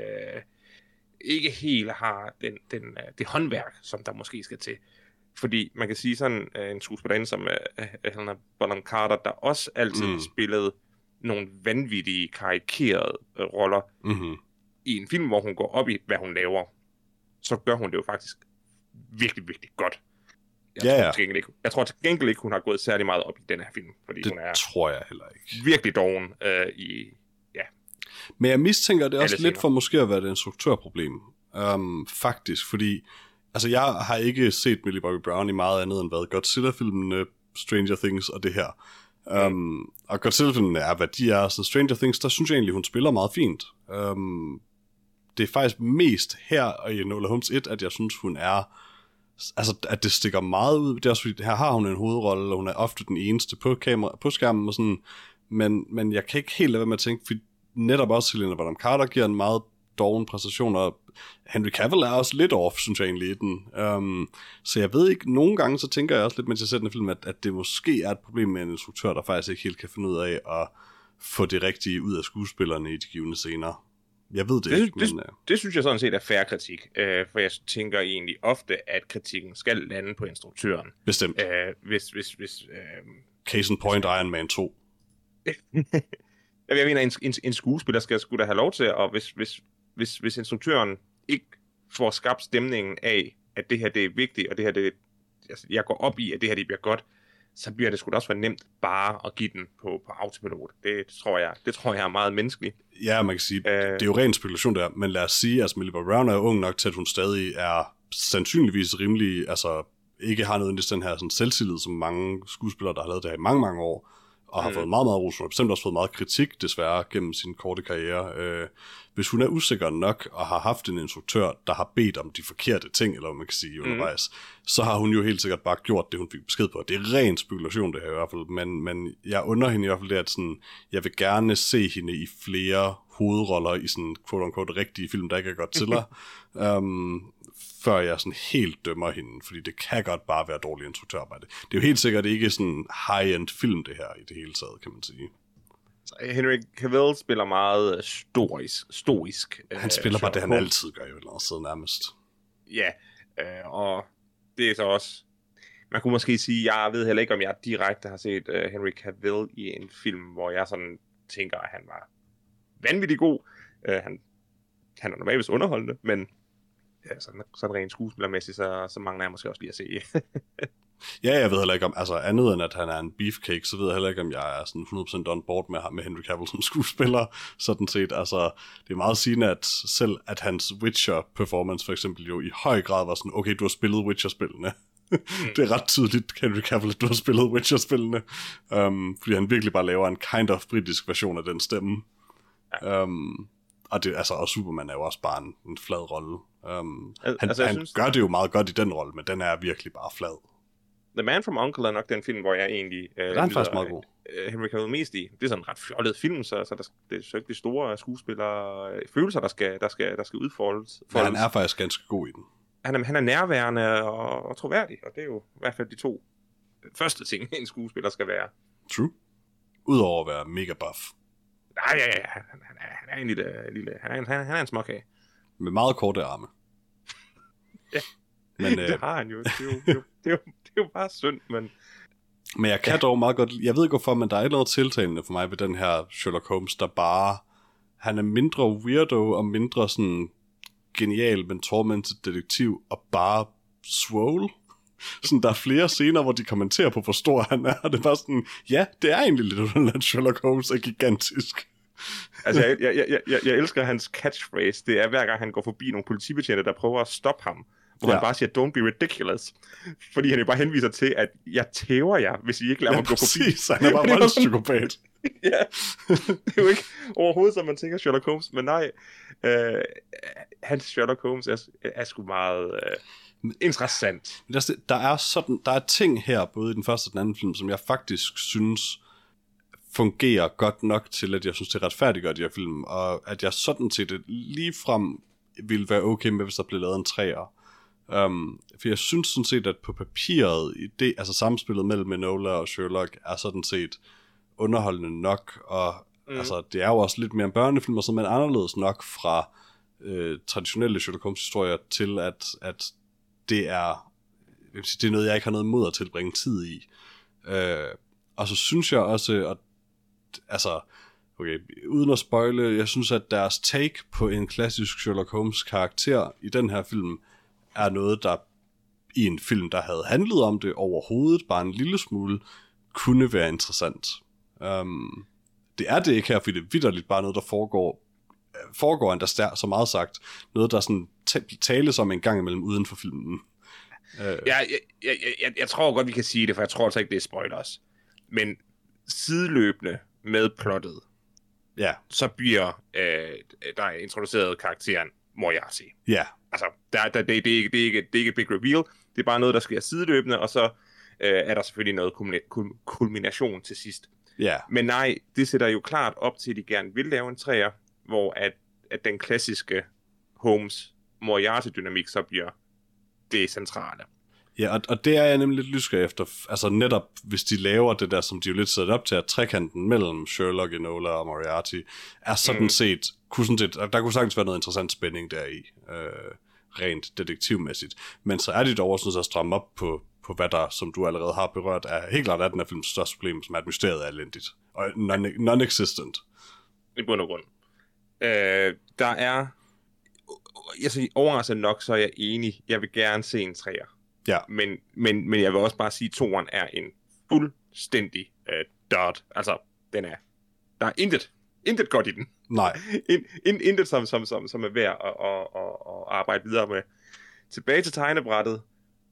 S2: ikke helt har den, den, det håndværk, som der måske skal til. Fordi man kan sige sådan, øh, en skuespillerinde som øh, Helena Bonham Carter, der også altid mm. spillede nogle vanvittige, karikerede øh, roller
S1: mm-hmm.
S2: i en film, hvor hun går op i, hvad hun laver, så gør hun det jo faktisk virkelig, virkelig godt. Jeg,
S1: ja,
S2: tror,
S1: ja.
S2: til gengæld ikke, jeg tror til gengæld ikke, hun har gået særlig meget op i den her film. Fordi
S1: det
S2: hun er
S1: tror jeg heller ikke.
S2: Virkelig doven øh, i... Ja.
S1: Men jeg mistænker, det er også lidt for måske at være et instruktørproblem. Um, faktisk, fordi... Altså, jeg har ikke set Millie Bobby Brown i meget andet end hvad Godzilla-filmene, Stranger Things og det her. Um, mm. Og Godzilla-filmene er, hvad de er. Så Stranger Things, der synes jeg egentlig, hun spiller meget fint. Um, det er faktisk mest her i Enola Holmes et, at jeg synes, hun er... Altså, at det stikker meget ud. Det er også fordi, her har hun en hovedrolle, og hun er ofte den eneste på, kamera, på skærmen og sådan. Men, men jeg kan ikke helt lade være med at tænke, for netop også Helena Bonham Carter giver en meget doven præstation, og Henry Cavill er også lidt off, synes jeg egentlig, i den. Um, så jeg ved ikke, nogle gange så tænker jeg også lidt, mens jeg ser den film, at, at det måske er et problem med en instruktør, der faktisk ikke helt kan finde ud af at få det rigtige ud af skuespillerne i de givende scener. Jeg ved det, det ikke,
S2: det,
S1: men...
S2: Det, det synes jeg sådan set er fair kritik, øh, for jeg tænker egentlig ofte, at kritikken skal lande på instruktøren.
S1: Bestemt.
S2: Øh, hvis, hvis, hvis, øh,
S1: Case in point, Iron Man to.
S2: jeg mener, en, en, en skuespiller skal sgu da have lov til, og hvis, hvis hvis, hvis instruktøren ikke får skabt stemningen af, at det her det er vigtigt, og det her det, altså, jeg går op i, at det her det bliver godt, så bliver det sgu da også for nemt bare at give den på, på autopilot. Det, det, tror jeg, det tror jeg er meget menneskeligt.
S1: Ja, man kan sige, uh, det er jo ren spekulation der, men lad os sige, at altså, Millie Bobby Brown er ung nok til, at hun stadig er sandsynligvis rimelig, altså ikke har noget i den her sådan, selvtillid, som mange skuespillere, der har lavet det her i mange, mange år, og har mm. fået meget, meget ros. Hun har bestemt også fået meget kritik, desværre, gennem sin korte karriere. Øh, hvis hun er usikker nok, og har haft en instruktør, der har bedt om de forkerte ting, eller hvad man kan sige undervejs, mm. så har hun jo helt sikkert bare gjort det, hun fik besked på. Det er ren spekulation, det her i hvert fald, men, men jeg under hende i hvert fald det, at sådan, jeg vil gerne se hende i flere hovedroller i sådan, quote-unquote, rigtige film, der ikke er godt til her. um, før jeg sådan helt dømmer hende, fordi det kan godt bare være dårligt instruktørarbejde. Det er jo helt sikkert ikke sådan high-end film, det her, i det hele taget, kan man sige.
S2: Henry Cavill spiller meget stoisk. stoisk
S1: han spiller øh, bare det, han altid gør, jo et eller andet sted nærmest.
S2: Ja, øh, og det er så også... Man kunne måske sige, jeg ved heller ikke, om jeg direkte har set uh, Henry Cavill i en film, hvor jeg sådan tænker, at han var vanvittig god. Uh, han, han er normalvis underholdende, men ja, sådan, sådan rent skuespillermæssigt, så, så mangler jeg måske også lige at se.
S1: Ja, jeg ved heller ikke om, altså andet end at han er en beefcake, så ved jeg heller ikke, om jeg er sådan hundrede procent on board med, med Henry Cavill som skuespiller, sådan set. Altså, det er meget sigende, at selv at hans Witcher-performance for eksempel jo i høj grad var sådan, okay, du har spillet Witcher-spillene. Mm. Det er ret tydeligt, Henry Cavill, at du har spillet Witcher-spillene, um, fordi han virkelig bare laver en kind of britisk version af den stemme. Ja. Um, og, det, altså, og Superman er jo også bare en, en flad rolle. Um, Al- han altså, han synes... gør det jo meget godt i den rolle, men den er virkelig bare flad.
S2: The Man from U N C L E er nok den film, hvor jeg egentlig øh,
S1: det er han faktisk meget god.
S2: Øh, Henry Cavill mest i. Det er sådan en ret fjollet film, så, så der, det er så ikke de store skuespillere øh, følelser, der skal, der skal, der skal udfoldes.
S1: Ja, han er faktisk ganske god i den.
S2: Han er, han er nærværende og, og troværdig, og det er jo i hvert fald de to første ting, en skuespiller skal være.
S1: True. Udover at være mega buff.
S2: Nej, ja, ja, han, han, er, han er en lille, lille han, er en, han, han er en småkage.
S1: Med meget korte arme.
S2: Ja. Men, det øh, har han jo. Det er jo, det, er jo, det, er jo, det er jo bare synd, men...
S1: Men jeg kan ja. dog meget godt... Jeg ved ikke hvorfor, men der er et eller andet tiltalende for mig ved den her Sherlock Holmes, der bare... Han er mindre weirdo og mindre sådan genial, men tormented detektiv, og bare swole. Sådan, der er flere scener, hvor de kommenterer på, hvor stor han er, og det er bare sådan, ja, det er egentlig lidt underligt, at Sherlock Holmes er gigantisk.
S2: Altså, jeg, jeg, jeg, jeg, jeg elsker hans catchphrase. Det er hver gang han går forbi nogle politibetjente, der prøver at stoppe ham, hvor ja. han bare siger, don't be ridiculous. Fordi han jo bare henviser til, at jeg tæver jer, hvis I ikke lader
S1: ja,
S2: mig gå
S1: præcis.
S2: forbi.
S1: Han er bare voldspsykopat.
S2: Ja, det er jo ikke overhovedet, som man tænker Sherlock Holmes, men nej, øh, hans Sherlock Holmes er, er sgu meget øh, interessant.
S1: Der er, sådan, der er ting her, både i den første og den anden film, som jeg faktisk synes fungerer godt nok til, at jeg synes, det er retfærdiggør de her film, og at jeg sådan set ligefrem ville være okay med, hvis der blev lavet en træer. Um, for jeg synes sådan set, at på papiret, det, altså samspillet mellem Enola og Sherlock, er sådan set underholdende nok, og mm. altså, det er jo også lidt mere en børnefilm, og sådan, men anderledes nok fra øh, traditionelle Sherlock Holmes historier til, at, at det er det er noget, jeg ikke har noget imod at tilbringe tid i. Øh, og så synes jeg også, at altså, okay, uden at spoile, jeg synes, at deres take på en klassisk Sherlock Holmes karakter i den her film, er noget, der i en film, der havde handlet om det overhovedet, bare en lille smule, kunne være interessant. Um, det er det ikke her, fordi det er vitterligt bare noget, der foregår, foregår endda stær, så meget sagt, noget, der sådan t- tales om en gang imellem uden for filmen. Uh,
S2: ja, jeg, jeg, jeg, jeg tror godt, vi kan sige det, for jeg tror altså ikke, det er spoilers. Men sideløbende med plottet,
S1: ja.
S2: så bliver øh, der er introduceret karakteren Moriarty.
S1: Ja.
S2: Altså, der, der, det, det, er ikke, det, er ikke, det er ikke et big reveal, det er bare noget, der sker sideløbende, og så øh, er der selvfølgelig noget kulmina- kulmination til sidst.
S1: Ja.
S2: Men nej, det sætter jo klart op til, at de gerne vil lave en træer, hvor at, at den klassiske Holmes Moriarty-dynamik så bliver det centrale.
S1: Ja, og, og det er jeg nemlig lidt nysgerrig efter. Altså netop, hvis de laver det der, som de jo lidt sætter op til, at trekanten mellem Sherlock, Enola og Moriarty, er sådan mm. set, kunne sådan set, der kunne sagtens være noget interessant spænding deri, øh, rent detektivmæssigt. Men så er de dog også nødt til at stramme op på, på, hvad der, som du allerede har berørt, er helt klart er den her films største problem, som er, at mysteriet er elendigt. Og non- non-existent.
S2: I bund og grund. Øh, der er altså, overraskende nok, så er jeg enig. Jeg vil gerne se en træer.
S1: Ja.
S2: Men, men, men jeg vil også bare sige, at toeren er en fuldstændig øh, dot. Altså, den er... Der er intet. Intet godt i den.
S1: Nej.
S2: In, in, intet, som, som, som, som er værd at, at, at, at arbejde videre med. Tilbage til tegnebrættet.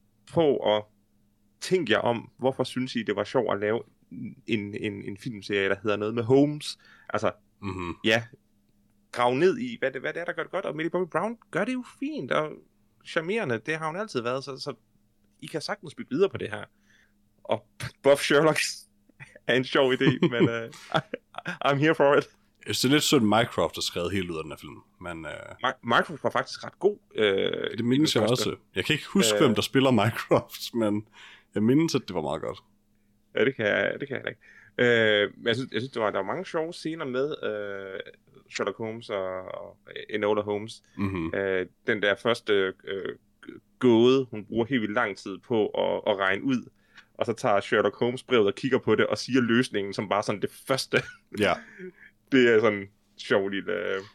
S2: Prøv at tænke jer om, hvorfor synes I, det var sjovt at lave en, en, en filmserie, der hedder noget med Holmes. Altså,
S1: mm-hmm.
S2: ja, grav ned i, hvad det, hvad det er, der gør det godt. Og Millie Bobby Brown gør det jo fint og charmerende. Det har hun altid været, så, så I kan sagtens bygge videre på det her. Og Buff Sherlock er en sjov idé, men uh, I'm here for it.
S1: Jeg synes, det er lidt synd, Mycroft har skrevet helt ud af den her film. Men, uh,
S2: My- Mycroft var faktisk ret god. Uh,
S1: det mindes jeg også. Jeg kan ikke huske, uh, hvem der spiller Mycroft, men jeg mindes, at det var meget godt.
S2: Ja, det kan jeg, det kan jeg ikke. Uh, men jeg synes, jeg synes der, var, der var mange sjove scener med uh, Sherlock Holmes og, og Enola Holmes.
S1: Mm-hmm.
S2: Uh, den der første uh, gåde, hun bruger helt vildt lang tid på at, at regne ud. Og så tager Sherlock Holmes brevet og kigger på det og siger løsningen som bare sådan det første.
S1: Ja.
S2: Det er sådan sjov lille...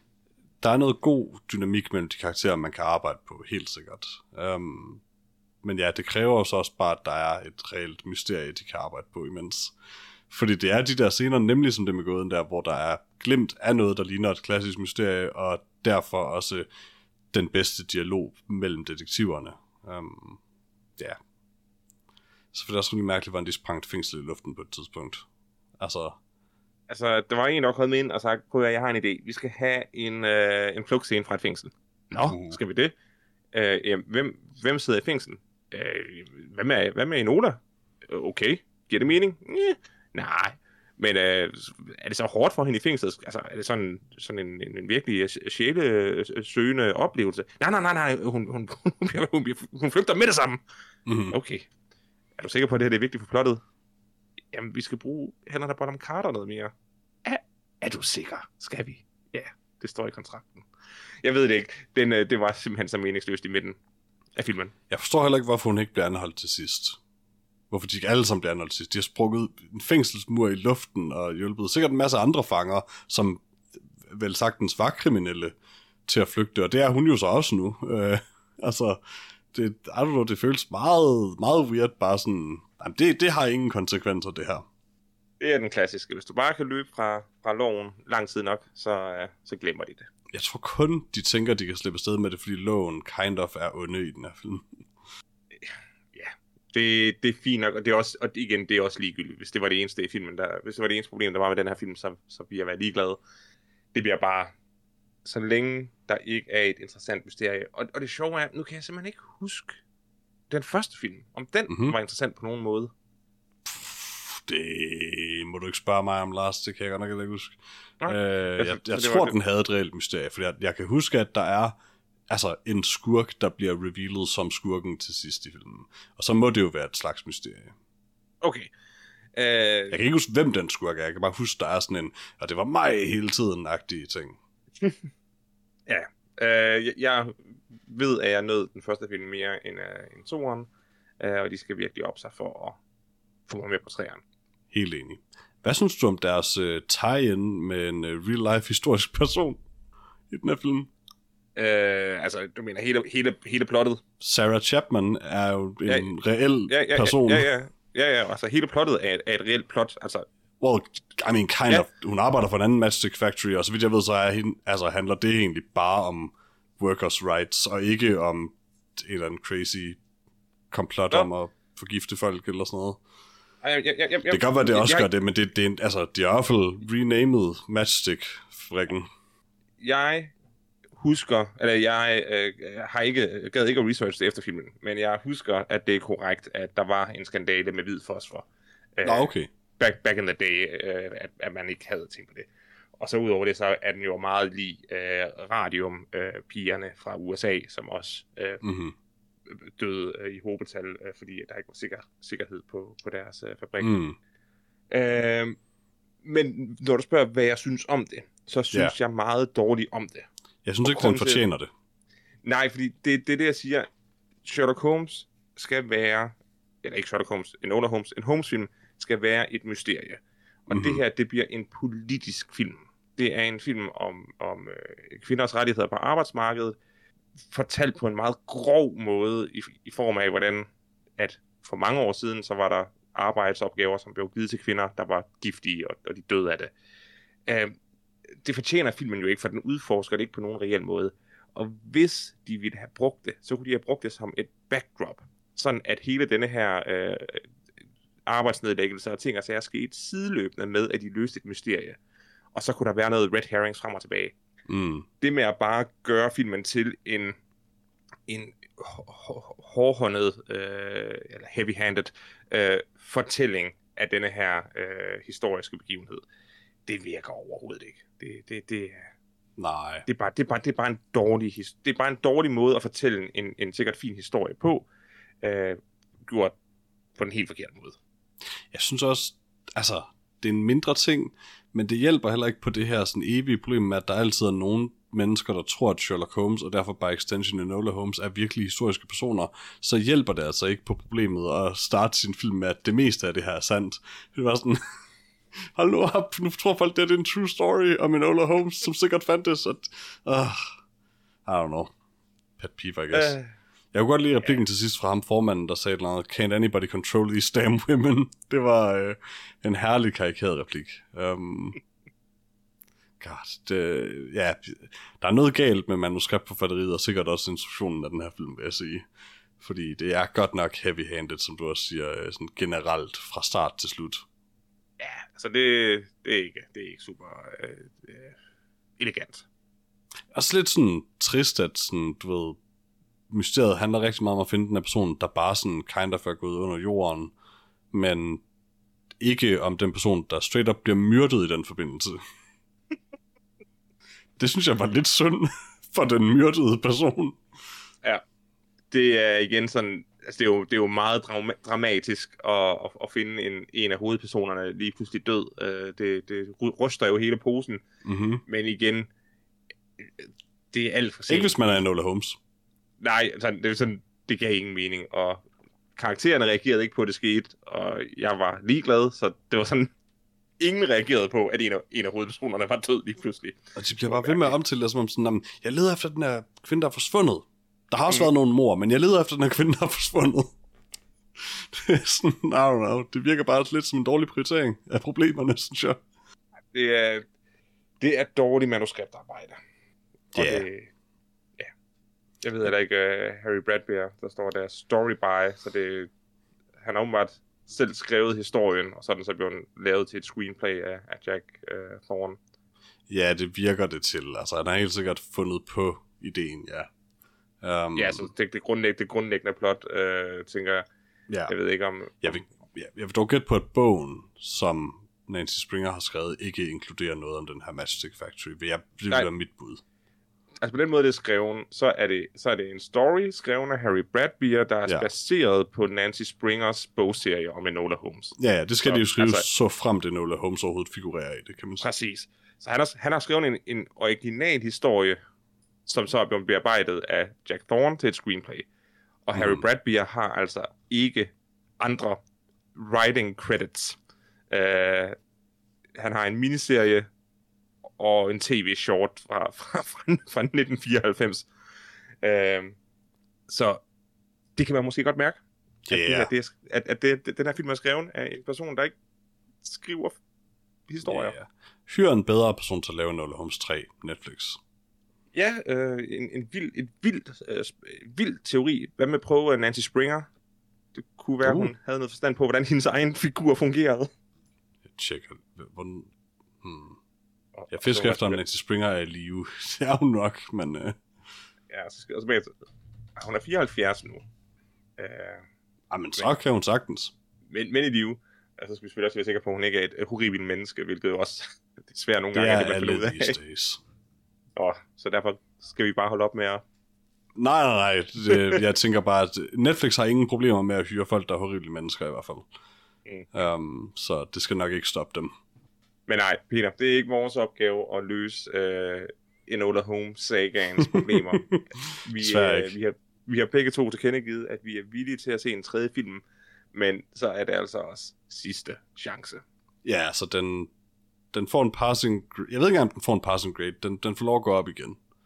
S1: Der er noget god dynamik mellem de karakterer, man kan arbejde på, helt sikkert. Um, men ja, det kræver jo så også bare, at der er et reelt mysterie, de kan arbejde på imens. Fordi det er de der scener, nemlig som det med gåden der, hvor der er glimt af noget, der ligner et klassisk mysterie, og derfor også den bedste dialog mellem detektiverne. Um, ja. Så for det er også rigtig mærkeligt, hvordan de sprang fængsel i luften på et tidspunkt. Altså...
S2: Altså, der var en, der kom ind og sagde, prøv at jeg har en idé. Vi skal have en, øh, en flugtscene fra et fængsel. Nå, uh. skal vi det? Øh, jamen, hvem, hvem sidder i fængsel? Øh, hvad med, hvad med Enola? Okay, giver det mening? Yeah. Nej. Men øh, er det så hårdt for hende i fængslet? Altså, er det sådan, sådan en, en, en virkelig sjælesøgende oplevelse? Nej, nej, nej, nej. Hun, hun, hun, hun, hun, hun flygter med det samme. Mm-hmm. Okay. Er du sikker på, at det her det er vigtigt for plottet? Jamen, vi skal bruge Helena Bonham Carter noget mere. Er, er du sikker? Skal vi? Ja, det står i kontrakten. Jeg ved det ikke. Den, det var simpelthen så meningsløst i midten af filmen.
S1: Jeg forstår heller ikke, hvorfor hun ikke bliver anholdt til sidst. Hvorfor de ikke alle sammen bliver anholdt til sidst. De har sprukket en fængselsmur i luften og hjulpet sikkert en masse andre fanger, som vel sagtens var kriminelle til at flygte. Og det er hun jo så også nu. Øh, altså, det, I don't know, det føles meget, meget weird, bare sådan... Jamen, det, det har ingen konsekvenser, det her.
S2: Det er den klassiske. Hvis du bare kan løbe fra, fra loven lang tid nok, så, uh, så glemmer de det.
S1: Jeg tror kun, de tænker, de kan slippe afsted med det, fordi loven kind of er onde i den her film.
S2: Ja, det, det er fint nok, og, det er også, og igen, det er også ligegyldigt. Hvis det var det eneste i filmen, der, hvis det var det eneste problem, der var med den her film, så, så bliver jeg være ligeglad. Det bliver bare, så længe der ikke er et interessant mysterie. Og, og det sjove er, nu kan jeg simpelthen ikke huske den første film, om den mm-hmm. var interessant på nogen måde.
S1: Det må du ikke spørge mig om, Lars. Det kan jeg godt nok ikke huske.
S2: Okay.
S1: Øh, jeg jeg, jeg tror, den havde et reelt mysterie, for jeg, jeg kan huske, at der er altså en skurk, der bliver revealet som skurken til sidst i filmen. Og så må det jo være et slags mysterie.
S2: Okay. Uh...
S1: Jeg kan ikke huske, hvem den skurk er. Jeg kan bare huske, der er sådan en, og det var mig hele tiden-agtige ting.
S2: Ja. Uh, jeg, jeg ved, at jeg nød den første film mere end, uh, end toeren, uh, og de skal virkelig op sig for at få mig med på træerne.
S1: Helt enig. Hvad synes du om deres uh, tie-in med en uh, real-life historisk person i den her film?
S2: Uh, altså, du mener hele, hele, hele plottet?
S1: Sarah Chapman er jo en
S2: ja,
S1: reel
S2: ja, ja,
S1: person.
S2: Ja, ja, ja, ja, altså hele plottet er et, er et reelt plot, altså...
S1: Well, I mean, kind ja. of. Hun arbejder for en anden Matchstick Factory, og så vidt jeg ved, så er hende, altså, handler det egentlig bare om workers' rights, og ikke om et eller andet crazy komplot ja. om at forgifte folk eller sådan noget.
S2: Ja, ja, ja, ja,
S1: det kan godt være, det også
S2: jeg,
S1: gør det, men det, det er, altså, de har i hvert fald renamed Matchstick-frikken.
S2: Jeg husker, eller jeg øh, har ikke, gad ikke at researche det efter filmen, men jeg husker, at det er korrekt, at der var en skandale med hvid fosfor.
S1: Øh, Nå, okay.
S2: Back, back in the day, øh, at, at man ikke havde tænkt på det. Og så udover det, så er den jo meget lig øh, radium-pigerne øh, fra U S A, som også øh, mm-hmm. døde øh, i hobetal, øh, fordi der ikke var sikker, sikkerhed på, på deres øh, fabrik. Mm. Øh, men når du spørger, hvad jeg synes om det, så synes yeah. jeg meget dårligt om det.
S1: Jeg synes ikke, den fortjener det.
S2: Nej, fordi det, det er det, jeg siger. Sherlock Holmes skal være, eller ikke Sherlock Holmes, en Enola Holmes, en Holmes-film skal være et mysterie. Og mm-hmm. det her, det bliver en politisk film. Det er en film om, om øh, kvinders rettigheder på arbejdsmarkedet. fortalt på en meget grov måde, i, i form af, hvordan at for mange år siden, så var der arbejdsopgaver, som blev givet til kvinder, der var giftige, og, og de døde af det. Uh, det fortjener filmen jo ikke, for den udforsker det ikke på nogen reel måde. Og hvis de ville have brugt det, så kunne de have brugt det som et backdrop, sådan at hele denne her øh, arbejdsnedlæggelse og ting og sager skete sideløbende med, at de løste et mysterie. Og så kunne der være noget red herrings frem og tilbage.
S1: Mm.
S2: Det med at bare gøre filmen til en, en hårdhåndet, øh, eller heavy-handed øh, fortælling af denne her øh, historiske begivenhed, det virker overhovedet ikke. Det, det, det,
S1: Nej.
S2: det, er bare, det, er bare, det er bare en dårlig det er bare en dårlig måde at fortælle en, en sikkert fin historie på, øh, gjort på en helt forkert måde.
S1: Jeg synes også, altså, det er en mindre ting, men det hjælper heller ikke på det her sådan evige problem med, at der altid er nogle mennesker, der tror, at Sherlock Holmes, og derfor by extension Enola Holmes, er virkelig historiske personer, så hjælper det altså ikke på problemet at starte sin film med, at det meste af det her er sandt. Det var sådan, hold nu op, nu tror folk, det er en true story om Enola Holmes, som sikkert fandtes, at, uh, I don't know, pet peeve, I guess. Uh. Jeg kunne godt lide replikken yeah. til sidst fra ham formanden, der sagde noget, can't anybody control these damn women. Det var øh, en herlig karikeret replik. Um, God, det, ja, der er noget galt med manuskriptforfatteriet, og sikkert også instruktionen af den her film, vil jeg sige. Fordi det er godt nok heavy-handed, som du også siger, sådan generelt fra start til slut.
S2: Ja, altså det, det, er, ikke, det er ikke super øh, øh, elegant.
S1: Også lidt sådan trist, at sådan, du ved, mysteriet handler rigtig meget om at finde den her person, der bare sådan kind of er gået under jorden, men ikke om den person, der straight up bliver myrdet i den forbindelse. Det synes jeg var lidt synd for den myrdede person.
S2: Ja, det er igen sådan, altså det er jo, det er jo meget dram- dramatisk at, at, at finde en, en af hovedpersonerne lige pludselig død. Det, det ryster jo hele posen,
S1: mm-hmm.
S2: men igen, det er alt for sent.
S1: Ikke hvis man er Enola Holmes.
S2: Nej, altså, det, er sådan, det gav ingen mening, og karaktererne reagerede ikke på, at det skete, og jeg var ligeglad, så det var sådan, ingen reagerede på, at en af, en af hovedpersonerne var død lige pludselig.
S1: Og de bliver bare ved med at omtale det som om sådan, jeg leder efter den her kvinde, der er forsvundet. Der har også mm. været nogle mord, men jeg leder efter den her kvinde, der er forsvundet. Det er sådan, I don't know, det virker bare lidt som en dårlig prioritering af problemerne, synes jeg.
S2: Det er, det er dårligt manuskriptarbejde.
S1: Ja. Yeah.
S2: Jeg ved heller ikke, uh, Harry Bradbeer, der står der story by, så det, han har åbenbart selv skrevet historien, og så er den så blevet lavet til et screenplay af, af Jack uh, Thorne.
S1: Ja, det virker det til. Altså, han har helt sikkert fundet på ideen, ja. Um,
S2: ja, så det, det, grundlæggende, det grundlæggende plot, uh, tænker jeg.
S1: Ja.
S2: Jeg ved ikke om...
S1: Jeg vil, jeg, jeg vil dog gætte på, at bogen, som Nancy Springer har skrevet, ikke inkluderer noget om den her Matchstick Factory. Det vil være mit bud.
S2: Altså på den måde, det er skrevet, så er det, så er det en story skrevet af Harry Bradbeer, der er ja. baseret på Nancy Springers bogserie om Enola Holmes.
S1: Ja, ja, det skal
S2: så,
S1: de jo skrive,
S2: altså,
S1: så frem det Enola Holmes overhovedet figurerer i det, kan man sige.
S2: Præcis. Så han har, han har skrevet en, en original historie, som så er blevet bearbejdet af Jack Thorne til et screenplay. Og Harry mm. Bradbeer har altså ikke andre writing credits. Uh, han har en miniserie og en tv-short fra, fra, fra, fra nitten fireoghalvfems. Uh, så det kan man måske godt mærke,
S1: yeah.
S2: at, det er, at, at det, at den her film er skrevet af en person, der ikke skriver historier.
S1: Yeah. Hyr en bedre person til at lave Enola Holmes tre, Netflix.
S2: Ja, øh, en, en vild, et vildt, øh, vild teori. Hvad med at prøve Nancy Springer? Det kunne være, uh. hun havde noget forstand på, hvordan hendes egen figur fungerede.
S1: Jeg tjekker. Hvordan... Hmm. Jeg fisker efter, om Nancy Springer er i live. Det er hun nok, men... Uh...
S2: Ja, så skal jeg tilbage til... Hun er fireoghalvfjerds nu. Uh,
S1: Jamen, så men, kan hun sagtens.
S2: Men, men i live. Altså, skal vi selvfølgelig også være sikre på, at hun ikke er et, et horribelt menneske, hvilket jo også det er svært nogle
S1: det
S2: gange,
S1: er
S2: at det man
S1: finder
S2: ud af.
S1: Days.
S2: Og så derfor skal vi bare holde op med at...
S1: Nej, nej, nej. Det, jeg tænker bare, at Netflix har ingen problemer med at hyre folk, der er horrible mennesker i hvert fald. Mm. Um, så det skal nok ikke stoppe dem.
S2: Men nej, Peter, det er ikke vores opgave at løse uh, Enola Holmes-sagaens problemer. vi, uh, vi, har, vi har begge to tilkendegivet, at vi er villige til at se en tredje film, men så er det altså også sidste chance.
S1: Ja, så den, den får en passing... Jeg ved ikke, om den får en passing grade. Den, den får lov at gå op igen.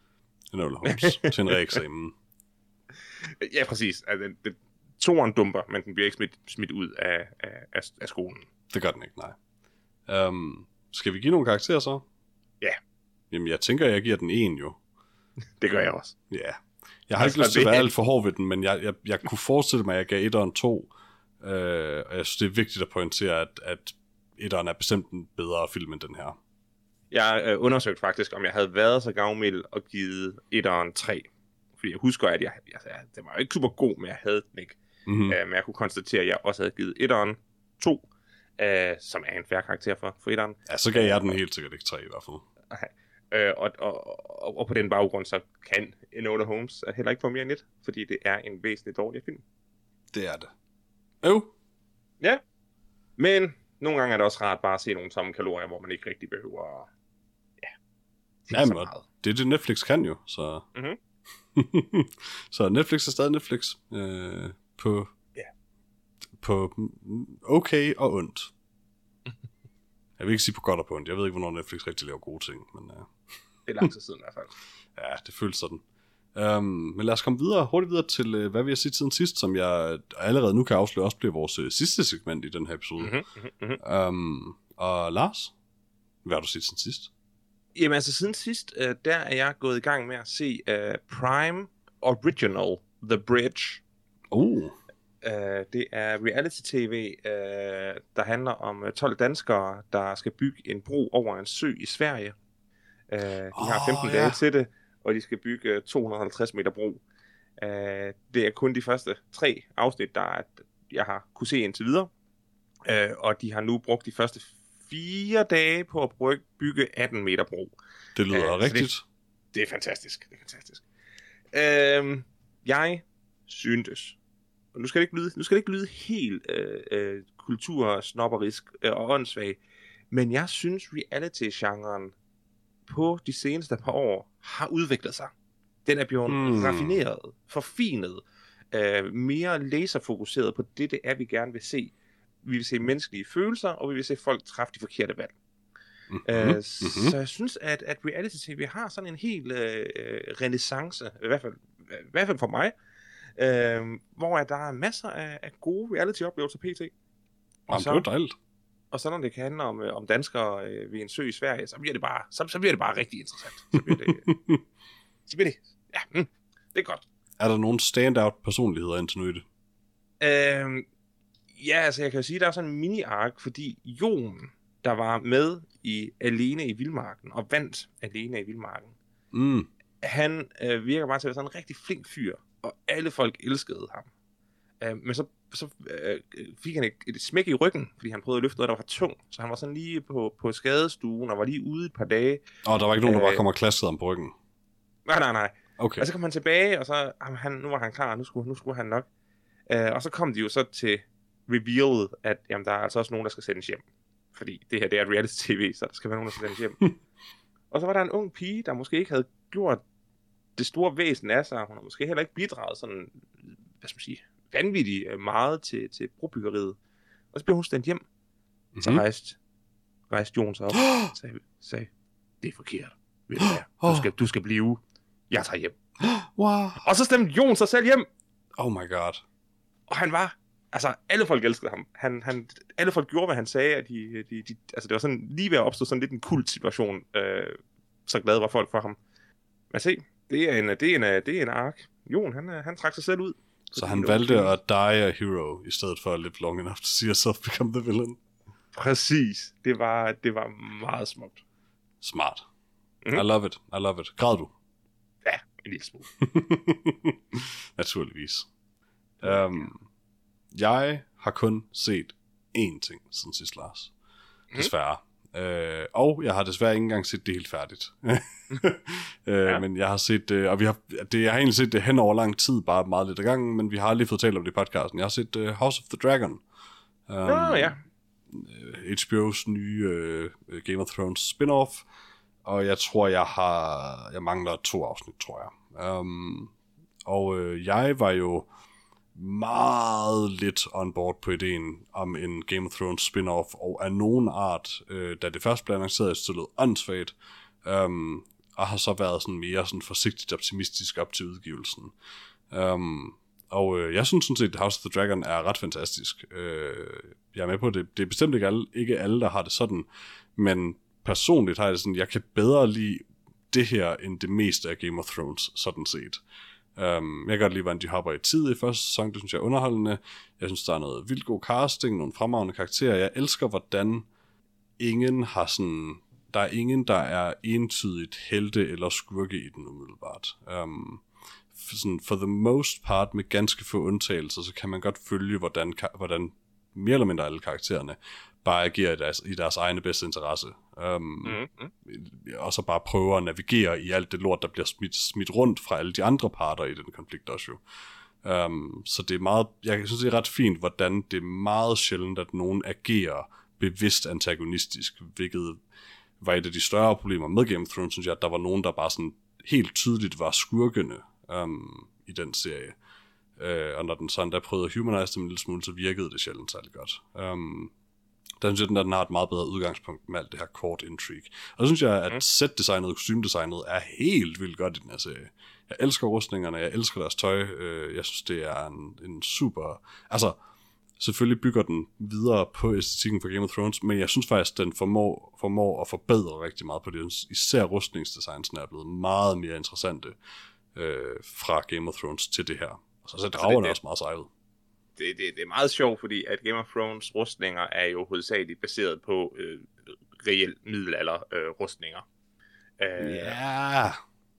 S1: Enola Holmes til en reeksamen.
S2: Ja, præcis. Altså, det, toren dumper, men den bliver ikke smidt, smidt ud af, af, af skolen.
S1: Det gør den ikke, nej. Um, skal vi give nogle karakterer så?
S2: Ja.
S1: Jamen, jeg tænker, jeg giver den en jo.
S2: Det gør jeg også.
S1: Ja. Jeg har
S2: Altså,
S1: ikke lyst til at
S2: det-
S1: være alt for hård ved den, men jeg, jeg, jeg kunne forestille mig, at jeg gav etteren to. Uh, og jeg synes, det er vigtigt at pointere, at, at etteren er bestemt en bedre film end den her.
S2: Jeg øh, undersøgte faktisk, om jeg havde været så gavmild og givet etteren tre. Fordi jeg husker, at jeg, jeg, jeg, den var jo ikke super god, men jeg havde den ikke.
S1: Mm-hmm.
S2: Uh, men jeg kunne konstatere, at jeg også havde givet etteren to, uh, som er en fair karakter for, for etteren.
S1: Ja, så gav jeg den helt sikkert ikke tre i hvert fald.
S2: Uh, og, og, og, og på den baggrund, så kan Enola Holmes heller ikke få mere end et, fordi det er en væsentligt dårligere film.
S1: Det er det. Øv.
S2: Ja, men nogle gange er det også rart bare at se nogle tomme kalorier, hvor man ikke rigtig behøver at ja, tænke
S1: Jamen,
S2: så meget.
S1: det er det, Netflix kan jo, så...
S2: Mhm.
S1: Så Netflix er stadig Netflix. Øh, på...
S2: Ja.
S1: På mm, okay og ondt. Jeg vil ikke sige på godt og på ondt. Jeg ved ikke, hvornår Netflix rigtig laver gode ting, men... Øh,
S2: Det er lang tid siden i hvert fald.
S1: ja, det føles sådan. Um, men lad os komme videre, hurtigt videre til, uh, hvad vi har set siden sidst, som jeg allerede nu kan afsløre også bliver vores uh, sidste segment i den her episode.
S2: Mm-hmm, mm-hmm.
S1: Um, og Lars, hvad har du set siden sidst?
S2: Jamen altså siden sidst, øh, der er jeg gået i gang med at se øh, Prime Original The Bridge.
S1: Oh,
S2: Øh, det er reality-tv, øh, der handler om øh, tolv danskere, der skal bygge en bro over en sø i Sverige. Øh, de
S1: Åh,
S2: har femten
S1: ja.
S2: dage til det, og de skal bygge øh, to hundrede og halvtreds meter bro. Øh, det er kun de første tre afsnit, der er, jeg har kunne se indtil videre. Øh, og de har nu brugt de første fire dage på at bryg- bygge atten meter bro.
S1: det lyder
S2: Øh, så
S1: rigtigt.
S2: Det, det er fantastisk. Det er fantastisk. Øh, jeg syntes, og nu skal det ikke lyde, nu skal det ikke lyde helt øh, øh, kultursnopperisk øh, og åndssvag, men jeg synes reality-genren på de seneste par år har udviklet sig. Den er blevet
S1: Hmm.
S2: mm. raffineret, forfinet, øh, mere laserfokuseret på det, det er, vi gerne vil se. Vi vil se menneskelige følelser, og vi vil se folk træffe de forkerte valg.
S1: Mm-hmm.
S2: Øh,
S1: Mm-hmm.
S2: Så jeg synes, at, at reality-tv har sådan en helt øh, renaissance, i hvert fald, i hvert fald for mig, øh, hvor der er masser af, af gode reality-oplevelser pt. Og
S1: Jamen,
S2: så,
S1: det var dejligt.
S2: og så når det kan handle om, øh, om danskere øh, ved en sø i Sverige, så bliver det bare, så, så bliver det bare rigtig interessant. Så bliver det, så bliver det ja, mm, det er godt.
S1: Er der nogle standout personligheder indtil nu i det?
S2: Øh, ja, altså jeg kan jo sige, at der er sådan en mini-ark, fordi Jon, der var med i Alene i Vildmarken, og vandt Alene i Vildmarken,
S1: Mm.
S2: han øh, virker bare til at være sådan en rigtig flink fyr, og alle folk elskede ham. Øh, men så, så øh, fik han et, et smæk i ryggen, fordi han prøvede at løfte noget, der var tungt. Så han var sådan lige på, på skadestuen, og var lige ude et par dage.
S1: Og der var ikke nogen, der bare
S2: Øh.
S1: kom og klaskede ham på ryggen.
S2: Nej, nej, nej.
S1: Okay.
S2: Og så kom han tilbage, og så jamen, han, nu var han klar, nu skulle, nu skulle han nok. Øh, og så kom de jo så til revealet, at jamen, der er altså også nogen, der skal sendes hjem. Fordi det her, det er et reality-tv, så der skal være nogen, der skal sendes hjem. Og så var der en ung pige, der måske ikke havde gjort det store væsen af sig. Hun har måske heller ikke bidraget sådan, hvad skal man sige, vanvittigt meget til, til brobyggeriet. Og så blev hun sendt hjem. Mm-hmm. Så
S1: Mhm.
S2: rejste, rejste Jon sig op og sagde, sagde, det er forkert. Ved du hvad? Du skal, du skal blive. Jeg tager hjem.
S1: Wow.
S2: Og så stemte Jon sig selv hjem.
S1: Oh my god.
S2: Og han var, altså alle folk elskede ham. Han, han, alle folk gjorde, hvad han sagde. At de, de, de, altså det var sådan lige ved at opstå sådan lidt en kult situation. Øh, så glade var folk for ham. Men se, det er en, det er en, det er en ark. Jon, han, han trak sig selv ud.
S1: Så han valgte at die a hero, i stedet for at live long enough to see yourself become the villain.
S2: Præcis. Det var, det var meget smukt.
S1: Smart.
S2: Mhm.
S1: I love it. I love it. Græd du?
S2: Ja, en lille smule.
S1: Naturligvis. Um, jeg har kun set én ting siden sidst, Lars. Desværre. Uh, og jeg har desværre ikke engang set det helt færdigt. uh, ja. Men jeg har set det, og vi har, det, jeg har egentlig set det hen over lang tid, bare meget lidt ad gangen, men vi har aldrig fået talt om det i podcasten. Jeg har set uh, House of the Dragon. Um,
S2: Nå, ja.
S1: H B O's nye uh, Game of Thrones spin-off. Og jeg tror, jeg har... Jeg mangler to afsnit, tror jeg. Um, og øh, jeg var jo meget lidt on board på ideen om en Game of Thrones spin-off, og af nogen art, øh, da det først blev annonceret, så lød åndssvagt. Um, og har så været sådan mere sådan forsigtigt optimistisk op til udgivelsen. Um, og øh, jeg synes sådan set, at House of the Dragon er ret fantastisk. Øh, jeg er med på det. Det er bestemt ikke alle, ikke alle, der har det sådan, men personligt har jeg det sådan, jeg kan bedre lide det her, end det meste af Game of Thrones, sådan set. Um, jeg kan godt lide, hvordan de hopper i tid i første sæson, det synes jeg er underholdende. Jeg synes, der er noget vildt god casting, nogle fremragende karakterer. Jeg elsker, hvordan ingen har sådan... Der er ingen, der er entydigt helte eller skurke i den umiddelbart. Um, for, sådan, for the most part, med ganske få undtagelser, så kan man godt følge, hvordan, hvordan mere eller mindre alle karaktererne bare agerer i deres, i deres egne bedste interesse. Um, mm-hmm. Og så bare prøver at navigere i alt det lort, der bliver smidt, smidt rundt fra alle de andre parter i den konflikt også jo. Um, så det er meget, jeg synes det er ret fint, hvordan det er meget sjældent, at nogen agerer bevidst antagonistisk, hvilket var et af de større problemer med Game of Thrones, synes jeg, at der var nogen, der bare sådan helt tydeligt var skurkene um, i den serie. Uh, og når den sådan der prøvede at humanize dem en lille smule, så virkede det sjældent særlig godt. Um, der synes jeg, den, der, den har et meget bedre udgangspunkt med alt det her court intrigue. Og så synes jeg, at set-designet og kostymedesignet er helt vildt godt i den her serie. Jeg elsker rustningerne, jeg elsker deres tøj, uh, jeg synes, det er en, en super... Altså, selvfølgelig bygger den videre på æstetikken for Game of Thrones, men jeg synes faktisk, at den formår, formår at forbedre rigtig meget på det. Især rustningsdesignsene er blevet meget mere interessante øh, fra Game of Thrones til det her. Og så ser dragerne også meget sejlet.
S2: Det, det, det er meget sjovt, fordi at Game of Thrones rustninger er jo hovedsageligt baseret på øh, reelt middelalder øh, rustninger.
S1: Ja... Uh, yeah.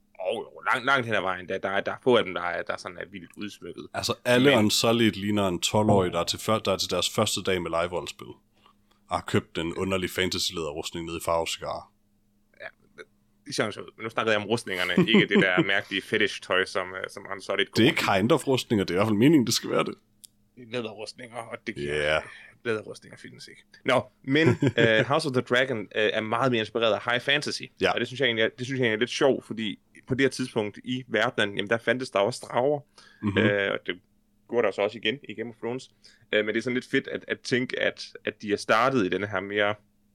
S2: Og langt, langt hen ad vejen, der, der, er, der er få af dem, der er, der sådan er vildt udsmykket.
S1: Altså alle Men... Unsullied ligner en tolv-årig, der er, til før, der er til deres første dag med live-voldspil. Og har købt en underlig fantasy-lederrustning nede i Farvecigar.
S2: Ja, det ser så ud. Men nu snakkede jeg om rustningerne, ikke det der mærkelige fetish-tøj, som, som Unsullied går.
S1: Det er kind of rustninger, det er i hvert fald meningen, det skal være det.
S2: Læderrustninger, og det giver...
S1: Yeah.
S2: Læderrustninger findes ikke. Nå, men uh, House of the Dragon uh, er meget mere inspireret af high fantasy. Ja. Og det synes jeg egentlig er, det synes jeg egentlig er lidt sjovt, fordi på det her tidspunkt i verdenen, jamen der fandtes der også drager. Mm-hmm. Uh, og det går der så også igen i Game of Thrones. Uh, men det er sådan lidt fedt at, at tænke, at, at de er startet i denne her mere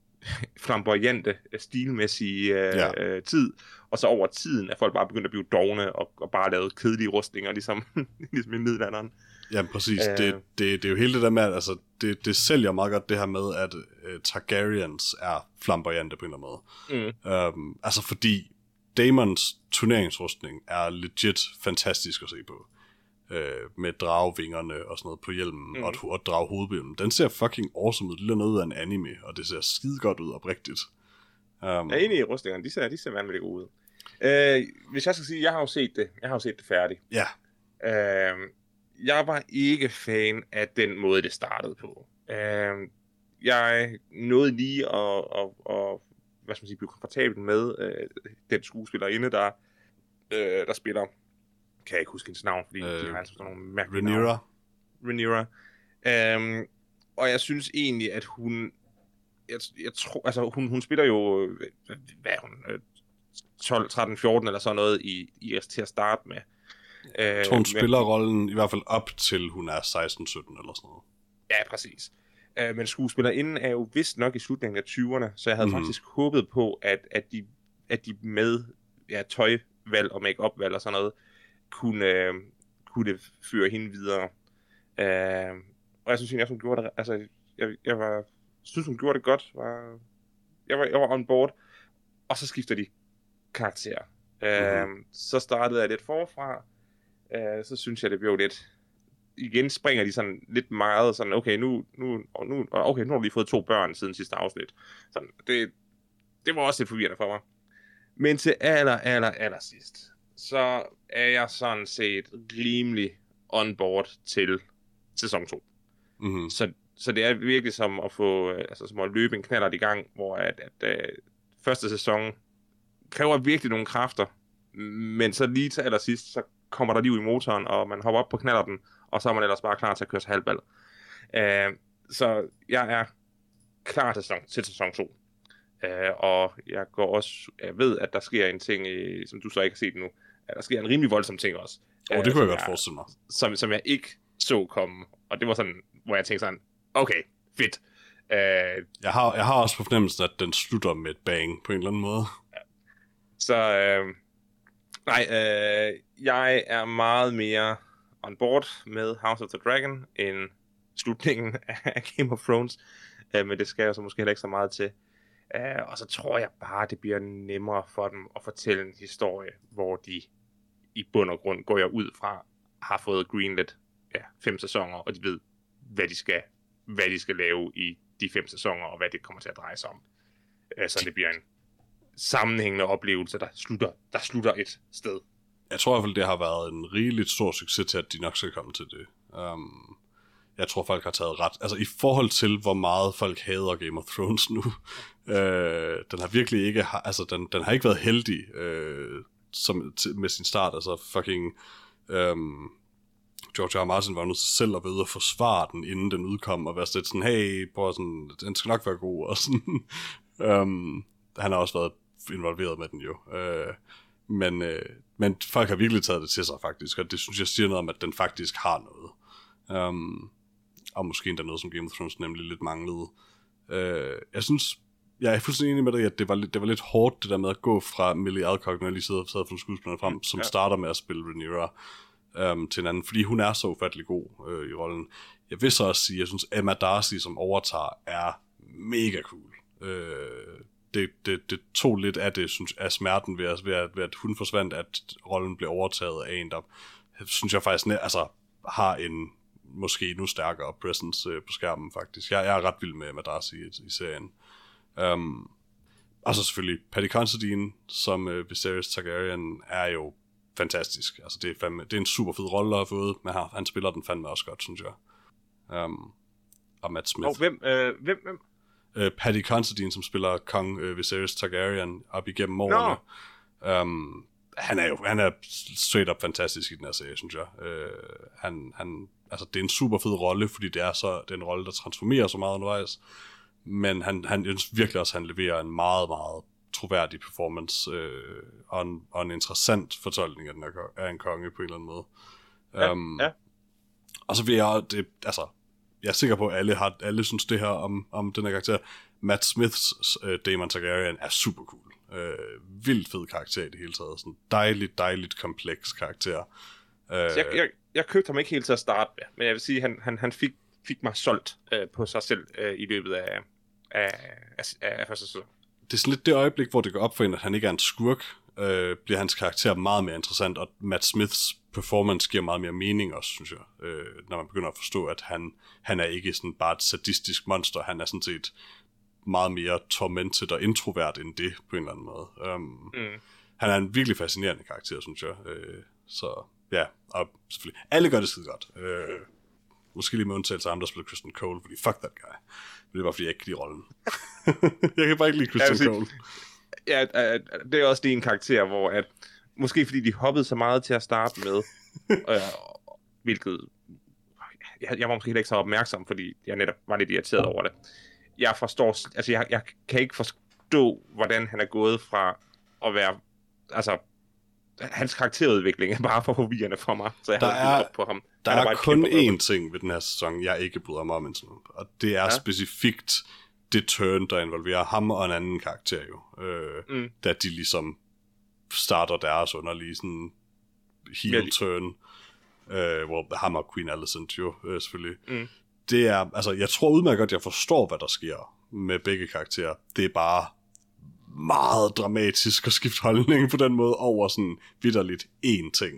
S2: flamboyante, stilmæssige uh, ja. uh, tid. Og så over tiden er folk bare begyndt at blive dovne og, og bare lavet kedelige rustninger, ligesom, ligesom i middelalderen.
S1: Ja, præcis. Uh, det, det, det er jo hele det der med, at altså, det, det sælger meget godt det her med, at uh, Targaryens er flamboyante på en eller anden måde. Mm. Um, altså fordi Daemons turneringsrustning er legit fantastisk at se på. Uh, med dragvingerne og sådan noget på hjelmen, mm. og, og draghovedbjelmen. Den ser fucking awesome ud. Det er noget af en anime, og det ser skide godt ud oprigtigt. Um,
S2: jeg er enig i rustningerne. De ser, de ser vanvittigt gode ud. Uh, hvis jeg skal sige, jeg har jo set det. Jeg har jo set det færdigt.
S1: Ja.
S2: Uh, Jeg var ikke fan af den måde, det startede på. Uh, jeg nåede lige at, at, at hvad skal man sige, blive komfortabel med uh, den skuespillerinde, der, uh, der spiller. Kan jeg ikke huske hendes navn, fordi uh, de har altså sådan nogle mærkelige
S1: Rhaenyra.
S2: Rhaenyra. Um, og jeg synes egentlig, at hun... Jeg, jeg tror, altså hun, hun spiller jo... Hvad er hun? tolv, tretten, fjorten eller sådan noget i, i til at starte med.
S1: Jeg tror, hun spiller men, rollen i hvert fald op til hun er seksten sytten eller sådan noget.
S2: Ja, præcis. Uh, men skuespillerinden er jo vist nok i slutningen af tyverne, så jeg havde mm. faktisk håbet på, at, at, de, at de med ja, tøjvalg og make-up-valg og sådan noget, kunne, uh, kunne føre hende videre. Uh, og jeg synes egentlig, at hun gjorde det... Altså, jeg, jeg var, synes, hun gjorde det godt. Var, jeg, var, jeg var on board. Og så skifter de karakter. Mm-hmm. Uh, så startede jeg lidt forfra. Uh, så synes jeg, det blev lidt... Igen springer de sådan lidt meget sådan, okay, nu, nu, nu, okay, nu har vi lige fået to børn siden sidste afsnit. Sådan, det, det var også lidt forvirrende for mig. Men til aller, aller, aller sidst, så er jeg sådan set rimelig on board til sæson to. Mm-hmm. Så, så det er virkelig som at få, altså som at løbe en knallert i gang, hvor at, at, at første sæson kræver virkelig nogle kræfter, men så lige til allersidst, så kommer der liv i motoren, og man hopper op på knallerten, og så er man ellers bare klar til at køre til halvbal. Uh, så jeg er klar til sæson, til sæson to. Uh, og jeg går også, jeg ved, at der sker en ting, i, som du så ikke har set nu, at der sker en rimelig voldsom ting også.
S1: Åh, oh, det kunne jeg godt jeg, forestille mig.
S2: Som, som jeg ikke så komme, og det var sådan, hvor jeg tænkte sådan, okay, fedt. Uh,
S1: jeg, har, jeg har også på fornemmelsen, at den slutter med et bang, på en eller anden måde.
S2: Så øh, nej, øh, jeg er meget mere on board med House of the Dragon end slutningen af Game of Thrones. Uh, men det skal jeg så måske heller ikke så meget til. Uh, og så tror jeg bare, det bliver nemmere for dem at fortælle en historie, hvor de i bund og grund, går jeg ud fra, har fået greenlit ja, fem sæsoner, og de ved, hvad de skal, hvad de skal lave i de fem sæsoner, og hvad det kommer til at dreje sig om. Uh, så det bliver en sammenhængende oplevelse, der slutter, der slutter et sted.
S1: Jeg tror i hvert fald, det har været en rigeligt stor succes til, at de nok skal komme til det. Um, jeg tror, folk har taget ret. Altså i forhold til, hvor meget folk hader Game of Thrones nu. øh, den har virkelig ikke, altså den, den har ikke været heldig øh, som, til, med sin start. Altså fucking um, George R. R. Martin var nødt til selv at være ude og forsvare den, inden den udkom, og være sådan, hey, prøv sådan, den skal nok være god, og sådan. um, han har også været involveret med den jo. Uh, men, uh, men folk har virkelig taget det til sig faktisk, og det synes jeg siger noget om, at den faktisk har noget. Um, og måske endda noget, som Game of Thrones nemlig lidt manglede. Uh, jeg synes, jeg er fuldstændig enig med dig, at det var, lidt, det var lidt hårdt, det der med at gå fra Millie Alcock, når jeg lige sidder og sad for skuespillerne frem, som ja. starter med at spille Rhaenyra um, til en anden, fordi hun er så ufattelig god uh, i rollen. Jeg vil så også sige, at jeg synes, Emma Darcy, som overtager, er mega cool. Uh, det, det, det tog lidt af det, synes, af smerten ved at, ved, at, ved at hun forsvandt, at rollen blev overtaget af en, der, synes jeg faktisk, altså, har en måske endnu stærkere presence øh, på skærmen, faktisk. Jeg, jeg er ret vild med Emma Darcy i, i serien. Um, og så selvfølgelig Paddy Considine, som øh, Viserys Targaryen, er jo fantastisk. Altså, det er, fandme, det er en super fed rolle at have fået, men han, han spiller den fandme også godt, synes jeg. Um, og Matt Smith.
S2: Og hvem? Øh, hvem, hvem?
S1: Uh, Paddy Considine, som spiller kong uh, Viserys Targaryen op igennem årene. No. Um, han er jo han er straight up fantastisk i den her serie, synes jeg. Uh, han, han, altså, det er en super fed rolle, fordi det er så det er en rolle, der transformerer så meget undervejs. Men han, han jeg synes virkelig også, han leverer en meget, meget troværdig performance uh, og, en, og en interessant fortolkning af, den her, af en konge på en eller anden måde.
S2: Ja,
S1: um,
S2: ja.
S1: Og så vil jeg, det, altså, jeg er sikker på, at alle, har, alle synes det her om, om den her karakter. Matt Smiths uh, Daemon Targaryen er super cool. Uh, vildt fed karakter i det hele taget. Sådan dejligt, dejligt kompleks karakter. Uh,
S2: jeg, jeg, jeg købte ham ikke helt til at starte med, men jeg vil sige, at han, han, han fik, fik mig solgt uh, på sig selv uh, i løbet af, af, af, af første sæson.
S1: Det er sådan lidt det øjeblik, hvor det går op for en, at han ikke er en skurk, uh, bliver hans karakter meget mere interessant, og Matt Smiths performance giver meget mere mening også, synes jeg, uh, når man begynder at forstå, at han, han er ikke sådan bare et sadistisk monster, han er sådan set meget mere tormented og introvert end det, på en eller anden måde. Um, mm. Han er en virkelig fascinerende karakter, synes jeg. Uh, så ja, og selvfølgelig, alle gør det skide godt. Uh, måske lige med undtagelse af ham, der spiller Kristen Cole, fordi fuck that guy. Men det var, fordi jeg ikke kan lide rollen. Jeg kan bare ikke lide Kristen
S2: sige,
S1: Cole.
S2: Ja, det er også lige en karakter, hvor at, måske fordi de hoppede så meget til at starte med, øh, hvilket jeg, jeg var måske ikke så opmærksom, fordi jeg netop var lidt irriteret over det. Jeg forstår, altså jeg, jeg kan ikke forstå, hvordan han er gået fra at være, altså, hans karakterudvikling er bare for forvirrende for mig, så jeg
S1: der
S2: har
S1: er,
S2: op på ham.
S1: Der er, er kun én ting ved den her sæson, jeg ikke bryder mig om, og det er ja. specifikt det turn, der involverer ham og en anden karakter jo, øh, mm. da de ligesom starter deres underlige sådan heel turn, øh, hvor ham og Queen Alicent jo øh, selvfølgelig. Mm. Det er, altså, jeg tror udmærket godt, jeg forstår, hvad der sker med begge karakterer. Det er bare meget dramatisk at skifte holdning på den måde over sådan vitterligt én ting.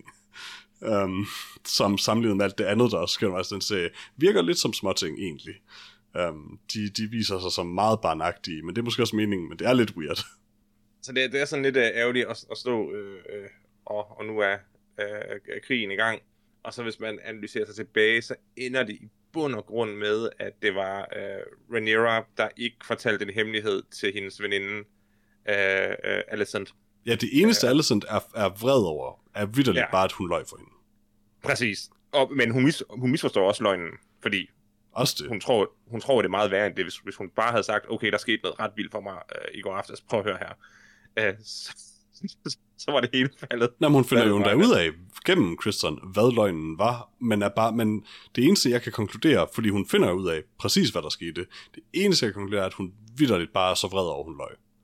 S1: Um, som sammenlignet med alt det andet, der også sker, altså den serie, virker lidt som småting egentlig. Um, de, de viser sig som meget barnagtige, men det er måske også meningen, men det er lidt weird.
S2: Så det, det er sådan lidt uh, ærgerligt at, at stå, øh, øh, og, og nu er øh, krigen i gang, og så hvis man analyserer sig tilbage, så ender det i bund og grund med, at det var øh, Rhaenyra, der ikke fortalte en hemmelighed til hendes veninde, øh, øh, Alicent.
S1: Ja, det eneste, uh, Alicent er, er vred over, er vitterligt ja. bare, at hun løg for hende.
S2: Præcis. Og, men hun, mis, hun misforstår også løgnen, fordi
S1: også det.
S2: Hun, tror, hun tror, det er meget værre end det, hvis, hvis hun bare havde sagt, okay, der skete noget ret vildt for mig øh, i går aftes, prøv at høre her. Øh, så, så var det hele faldet.
S1: Nå, men hun finder jo derud af, gennem Kristen, hvad løgnen var, men, er bare, men det eneste, jeg kan konkludere, fordi hun finder ud af præcis, hvad der skete, det eneste, jeg kan konkludere, er, at hun vitterligt bare er så vred over, hun løg.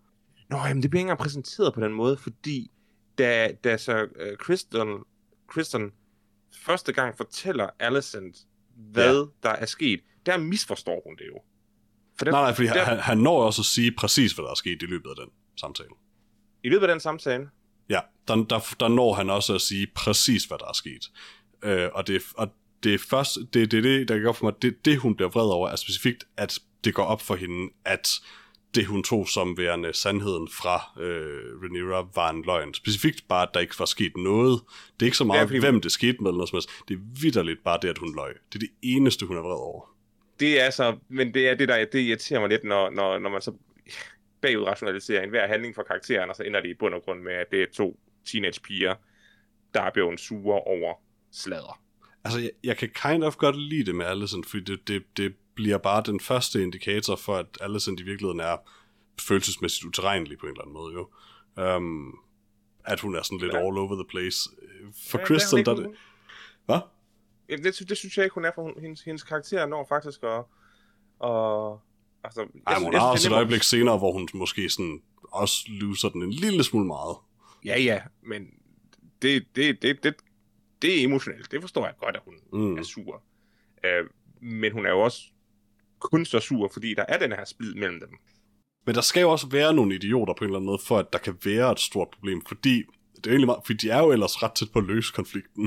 S2: Nå, jamen, det bliver ikke engang præsenteret på den måde, fordi da, da så uh, Kristen, Kristen første gang fortæller Alicent, hvad ja. der er sket, der misforstår hun det jo.
S1: For der, nej, nej, fordi der, han, han når også at sige præcis, hvad der er sket i løbet af den samtale.
S2: I løbet af den samtale?
S1: Ja, der, der, der når han også at sige præcis, hvad der er sket. Øh, og det, og det er først, det, det, det, der går op for mig, det, det hun bliver vred over, er specifikt, at det går op for hende, at det hun tog som værende sandheden fra øh, Rhaenyra var en løgn. Specifikt bare, at der ikke var sket noget. Det er ikke så meget, ja, fordi... hvem det skete med, eller noget som helst. Det er vitterligt bare det, at hun løg. Det er det eneste, hun er vred over.
S2: Det er så, men det er det, der det irriterer mig lidt, når, når, når man så bagud-rationaliserer enhver handling for karakteren, og så ender det i bund og grund med, at det er to teenage-piger, der er blevet sure over sladder.
S1: Altså, jeg, jeg kan kind of godt lide det med Alicent, fordi det, det, det bliver bare den første indikator for, at Alicent i virkeligheden er følelsesmæssigt utilregnelig på en eller anden måde, jo. Um, at hun er sådan lidt ja. all over the place. For ja, Kristen, der er det... Hvad?
S2: Ja, det, det synes jeg ikke, hun er, for hun, hendes, hendes karakter når faktisk at... Og, altså,
S1: Ej, hun har også et øjeblik senere, hvor hun måske sådan også loser den en lille smule meget.
S2: Ja, ja, men det, det, det, det, det er emotionelt. Det forstår jeg godt, at hun mm. er sur. Uh, men hun er jo også kun så sur, fordi der er den her splid mellem dem.
S1: Men der skal jo også være nogle idioter på en eller anden måde, for at der kan være et stort problem, fordi det er egentlig meget, fordi de er jo ellers ret tæt på at løse konflikten.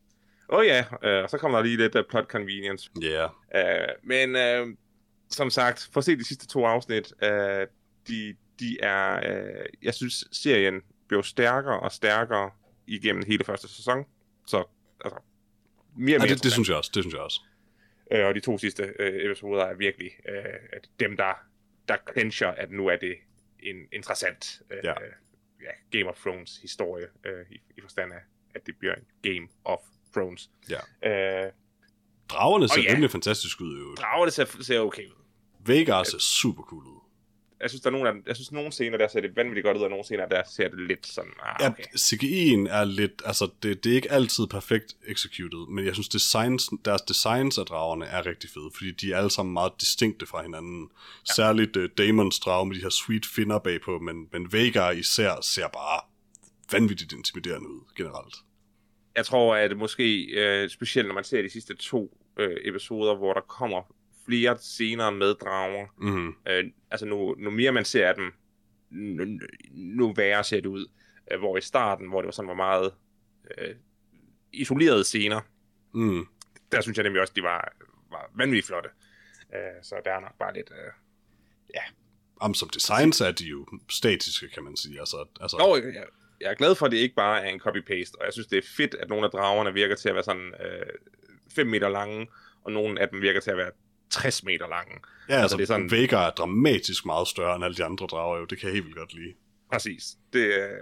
S2: Åh oh, ja, uh, og så kommer der lige lidt uh, plot convenience.
S1: Ja. Yeah.
S2: Uh, men uh, som sagt, for at se de sidste to afsnit, uh, de, de er, uh, jeg synes, serien bliver stærkere og stærkere igennem hele første sæson. Så altså, mere og mere.
S1: Ja, det, det synes jeg også, det synes jeg også.
S2: Uh, og de to sidste uh, episoder er virkelig uh, at dem, der, der clincher, at nu er det en interessant uh, ja. Uh, ja, Game of Thrones historie, uh, i, i forstand af, at det bliver en Game of Thrones.
S1: Ja. Uh, Dragerne ser ja, rimelig fantastisk ud, jo.
S2: Dragerne ser, ser okay ud.
S1: Vhagar ser super cool ud.
S2: Jeg synes, der er nogle, af, jeg synes, nogle scener, der ser det vanvittigt godt ud, og nogle scener, der ser det lidt sådan, ah, okay.
S1: Ja, C G I'en er lidt, altså, det, det er ikke altid perfekt executed, men jeg synes, designs, deres designs af dragerne er rigtig fede, fordi de er alle sammen meget distinkte fra hinanden. Ja. Særligt uh, Daemons drage med de her sweet finner bagpå, men, men Vhagar især ser bare vanvittigt intimiderende ud, generelt.
S2: Jeg tror, at måske, øh, specielt når man ser de sidste to øh, episoder, hvor der kommer flere scener med drager. Mm-hmm. Øh, altså, nu, nu mere man ser af dem, nu, nu værre ser det ud. Øh, hvor i starten, hvor det var sådan var meget øh, isolerede scener, mm. der synes jeg nemlig også, de var, var vanvittigt flotte. Øh, så der er nok bare lidt... Øh, ja.
S1: Jamen, som designs er de jo statiske, kan man sige. Altså, altså...
S2: Nå, jeg, jeg er glad for, at det ikke bare er en copy-paste, og jeg synes, det er fedt, at nogle af dragerne virker til at være sådan fem øh, meter lange, og nogle af dem virker til at være tres meter lange.
S1: Ja, altså, altså det er sådan... Vhagar er dramatisk meget større end alle de andre drager, jo. Det kan jeg helt vildt godt lide.
S2: Præcis. Det, øh, det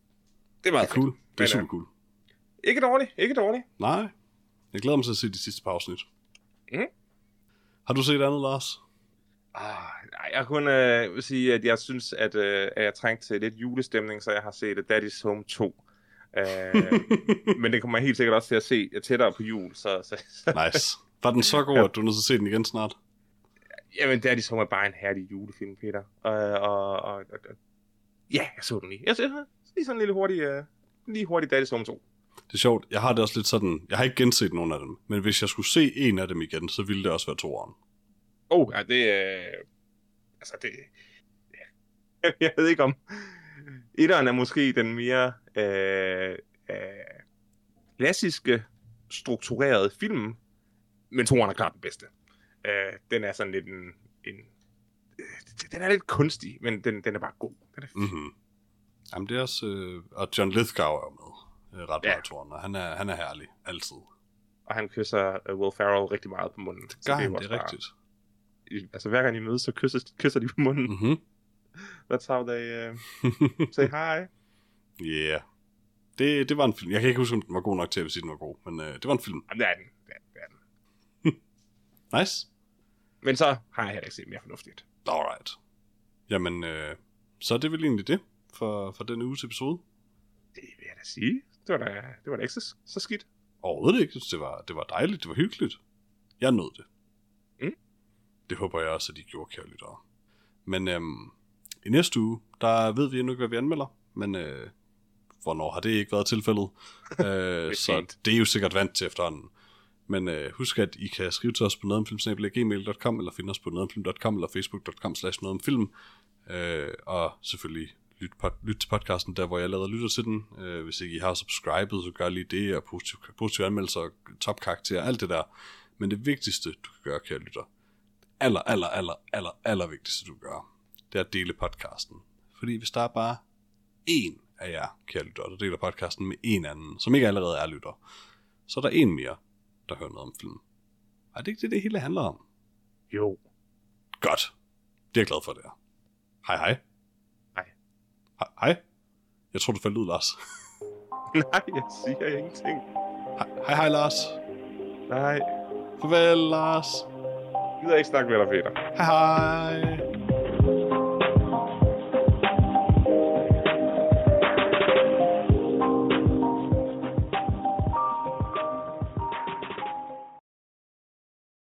S2: er meget
S1: det er cool.
S2: fedt.
S1: Det er super cool.
S2: Øh, ikke dårligt, ikke dårligt.
S1: Nej. Jeg glæder mig til at se de sidste par afsnit. Mm. Har du set andet, Lars?
S2: Ah, nej, jeg kunne øh, sige, at jeg synes, at, øh, at jeg trængte til lidt julestemning, så jeg har set Daddy's Home to. Uh, men det kommer jeg helt sikkert også til at se tættere på jul. Så, så, så.
S1: Nice. Var den så god, ja. At du er nødt til at se den igen snart?
S2: Jamen, Daddy's Home er bare en herlig julefilm, Peter. Uh, og, og, og, og ja, jeg så den lige. Jeg så lige sådan en lille hurtig, uh, lige hurtig Daddy's Home to.
S1: Det er sjovt. Jeg har det også lidt sådan... Jeg har ikke genset nogen af dem. Men hvis jeg skulle se en af dem igen, så ville det også være toeren.
S2: Åh, oh, ja, det er... Øh, altså, det... Ja. Jeg ved ikke om... Etteren er måske den mere øh, øh, klassiske, strukturerede film, men toeren er klart den bedste. Øh, den er sådan lidt en... en øh, den er lidt kunstig, men den, den er bare god. Den er
S1: mm-hmm. Jamen, det er også... Øh, og John Lithgow er jo med øh, ret meget, ja. Toren, og han er, han er herlig, altid.
S2: Og han kysser uh, Will Ferrell rigtig meget på munden.
S1: Det gør han, det er bare... rigtigt.
S2: Altså hver gang de mødes, så kysser, kysser de på munden.
S1: Mm-hmm.
S2: That's how they uh, say hi.
S1: Yeah. Det, det var en film. Jeg kan ikke huske, om den var god nok til at sige, den var god. Men uh, det var en film.
S2: Jamen, det er den. Det er, det er den.
S1: Nice.
S2: Men så har jeg heller ikke set mere fornuftigt.
S1: Alright. Jamen, uh, så er det vel egentlig det for, for denne uges episode.
S2: Det vil jeg da sige. Det var da, det var da ikke så, så skidt.
S1: Overhovedet ikke. Det var, det var dejligt. Det var hyggeligt. Jeg nød det.
S2: Mm.
S1: Det håber jeg også, at de gjorde, kære lyttere. Men øhm, i næste uge, der ved vi endnu ikke, hvad vi anmelder, men øh, hvornår har det ikke været tilfældet? øh, så det er jo sikkert vant til efterhånden. Men øh, husk, at I kan skrive til os på nogetomfilm snabel-a gmail punktum com, eller finde os på nogetomfilm punktum com, eller facebook punktum com slash nogetomfilm. Øh, og selvfølgelig lyt, pod, lyt til podcasten, der hvor jeg allerede lytter til den. Øh, hvis ikke I har subscribet, så gør lige det, og positive, positive anmeldelser, topkarakterer, alt det der. Men det vigtigste, du kan gøre, kære lytter, aller, aller, aller, aller, aller vigtigste, du kan gøre, det er at dele podcasten. Fordi hvis der er bare én af jer, kære lytter, der deler podcasten med en anden, som ikke allerede er lytter, så er der en mere, der hører noget om film. Er det ikke det, det hele handler om?
S2: Jo.
S1: Godt. Det er jeg glad for, det er. Hej hej.
S2: Hej.
S1: Hej hej. Jeg tror, du faldt ud, Lars.
S2: Nej, jeg siger ingenting.
S1: Hej hej, hej Lars.
S2: Nej.
S1: Farvel, Lars.
S2: Jeg gider ikke snakke med dig, Peter.
S1: Hej hej.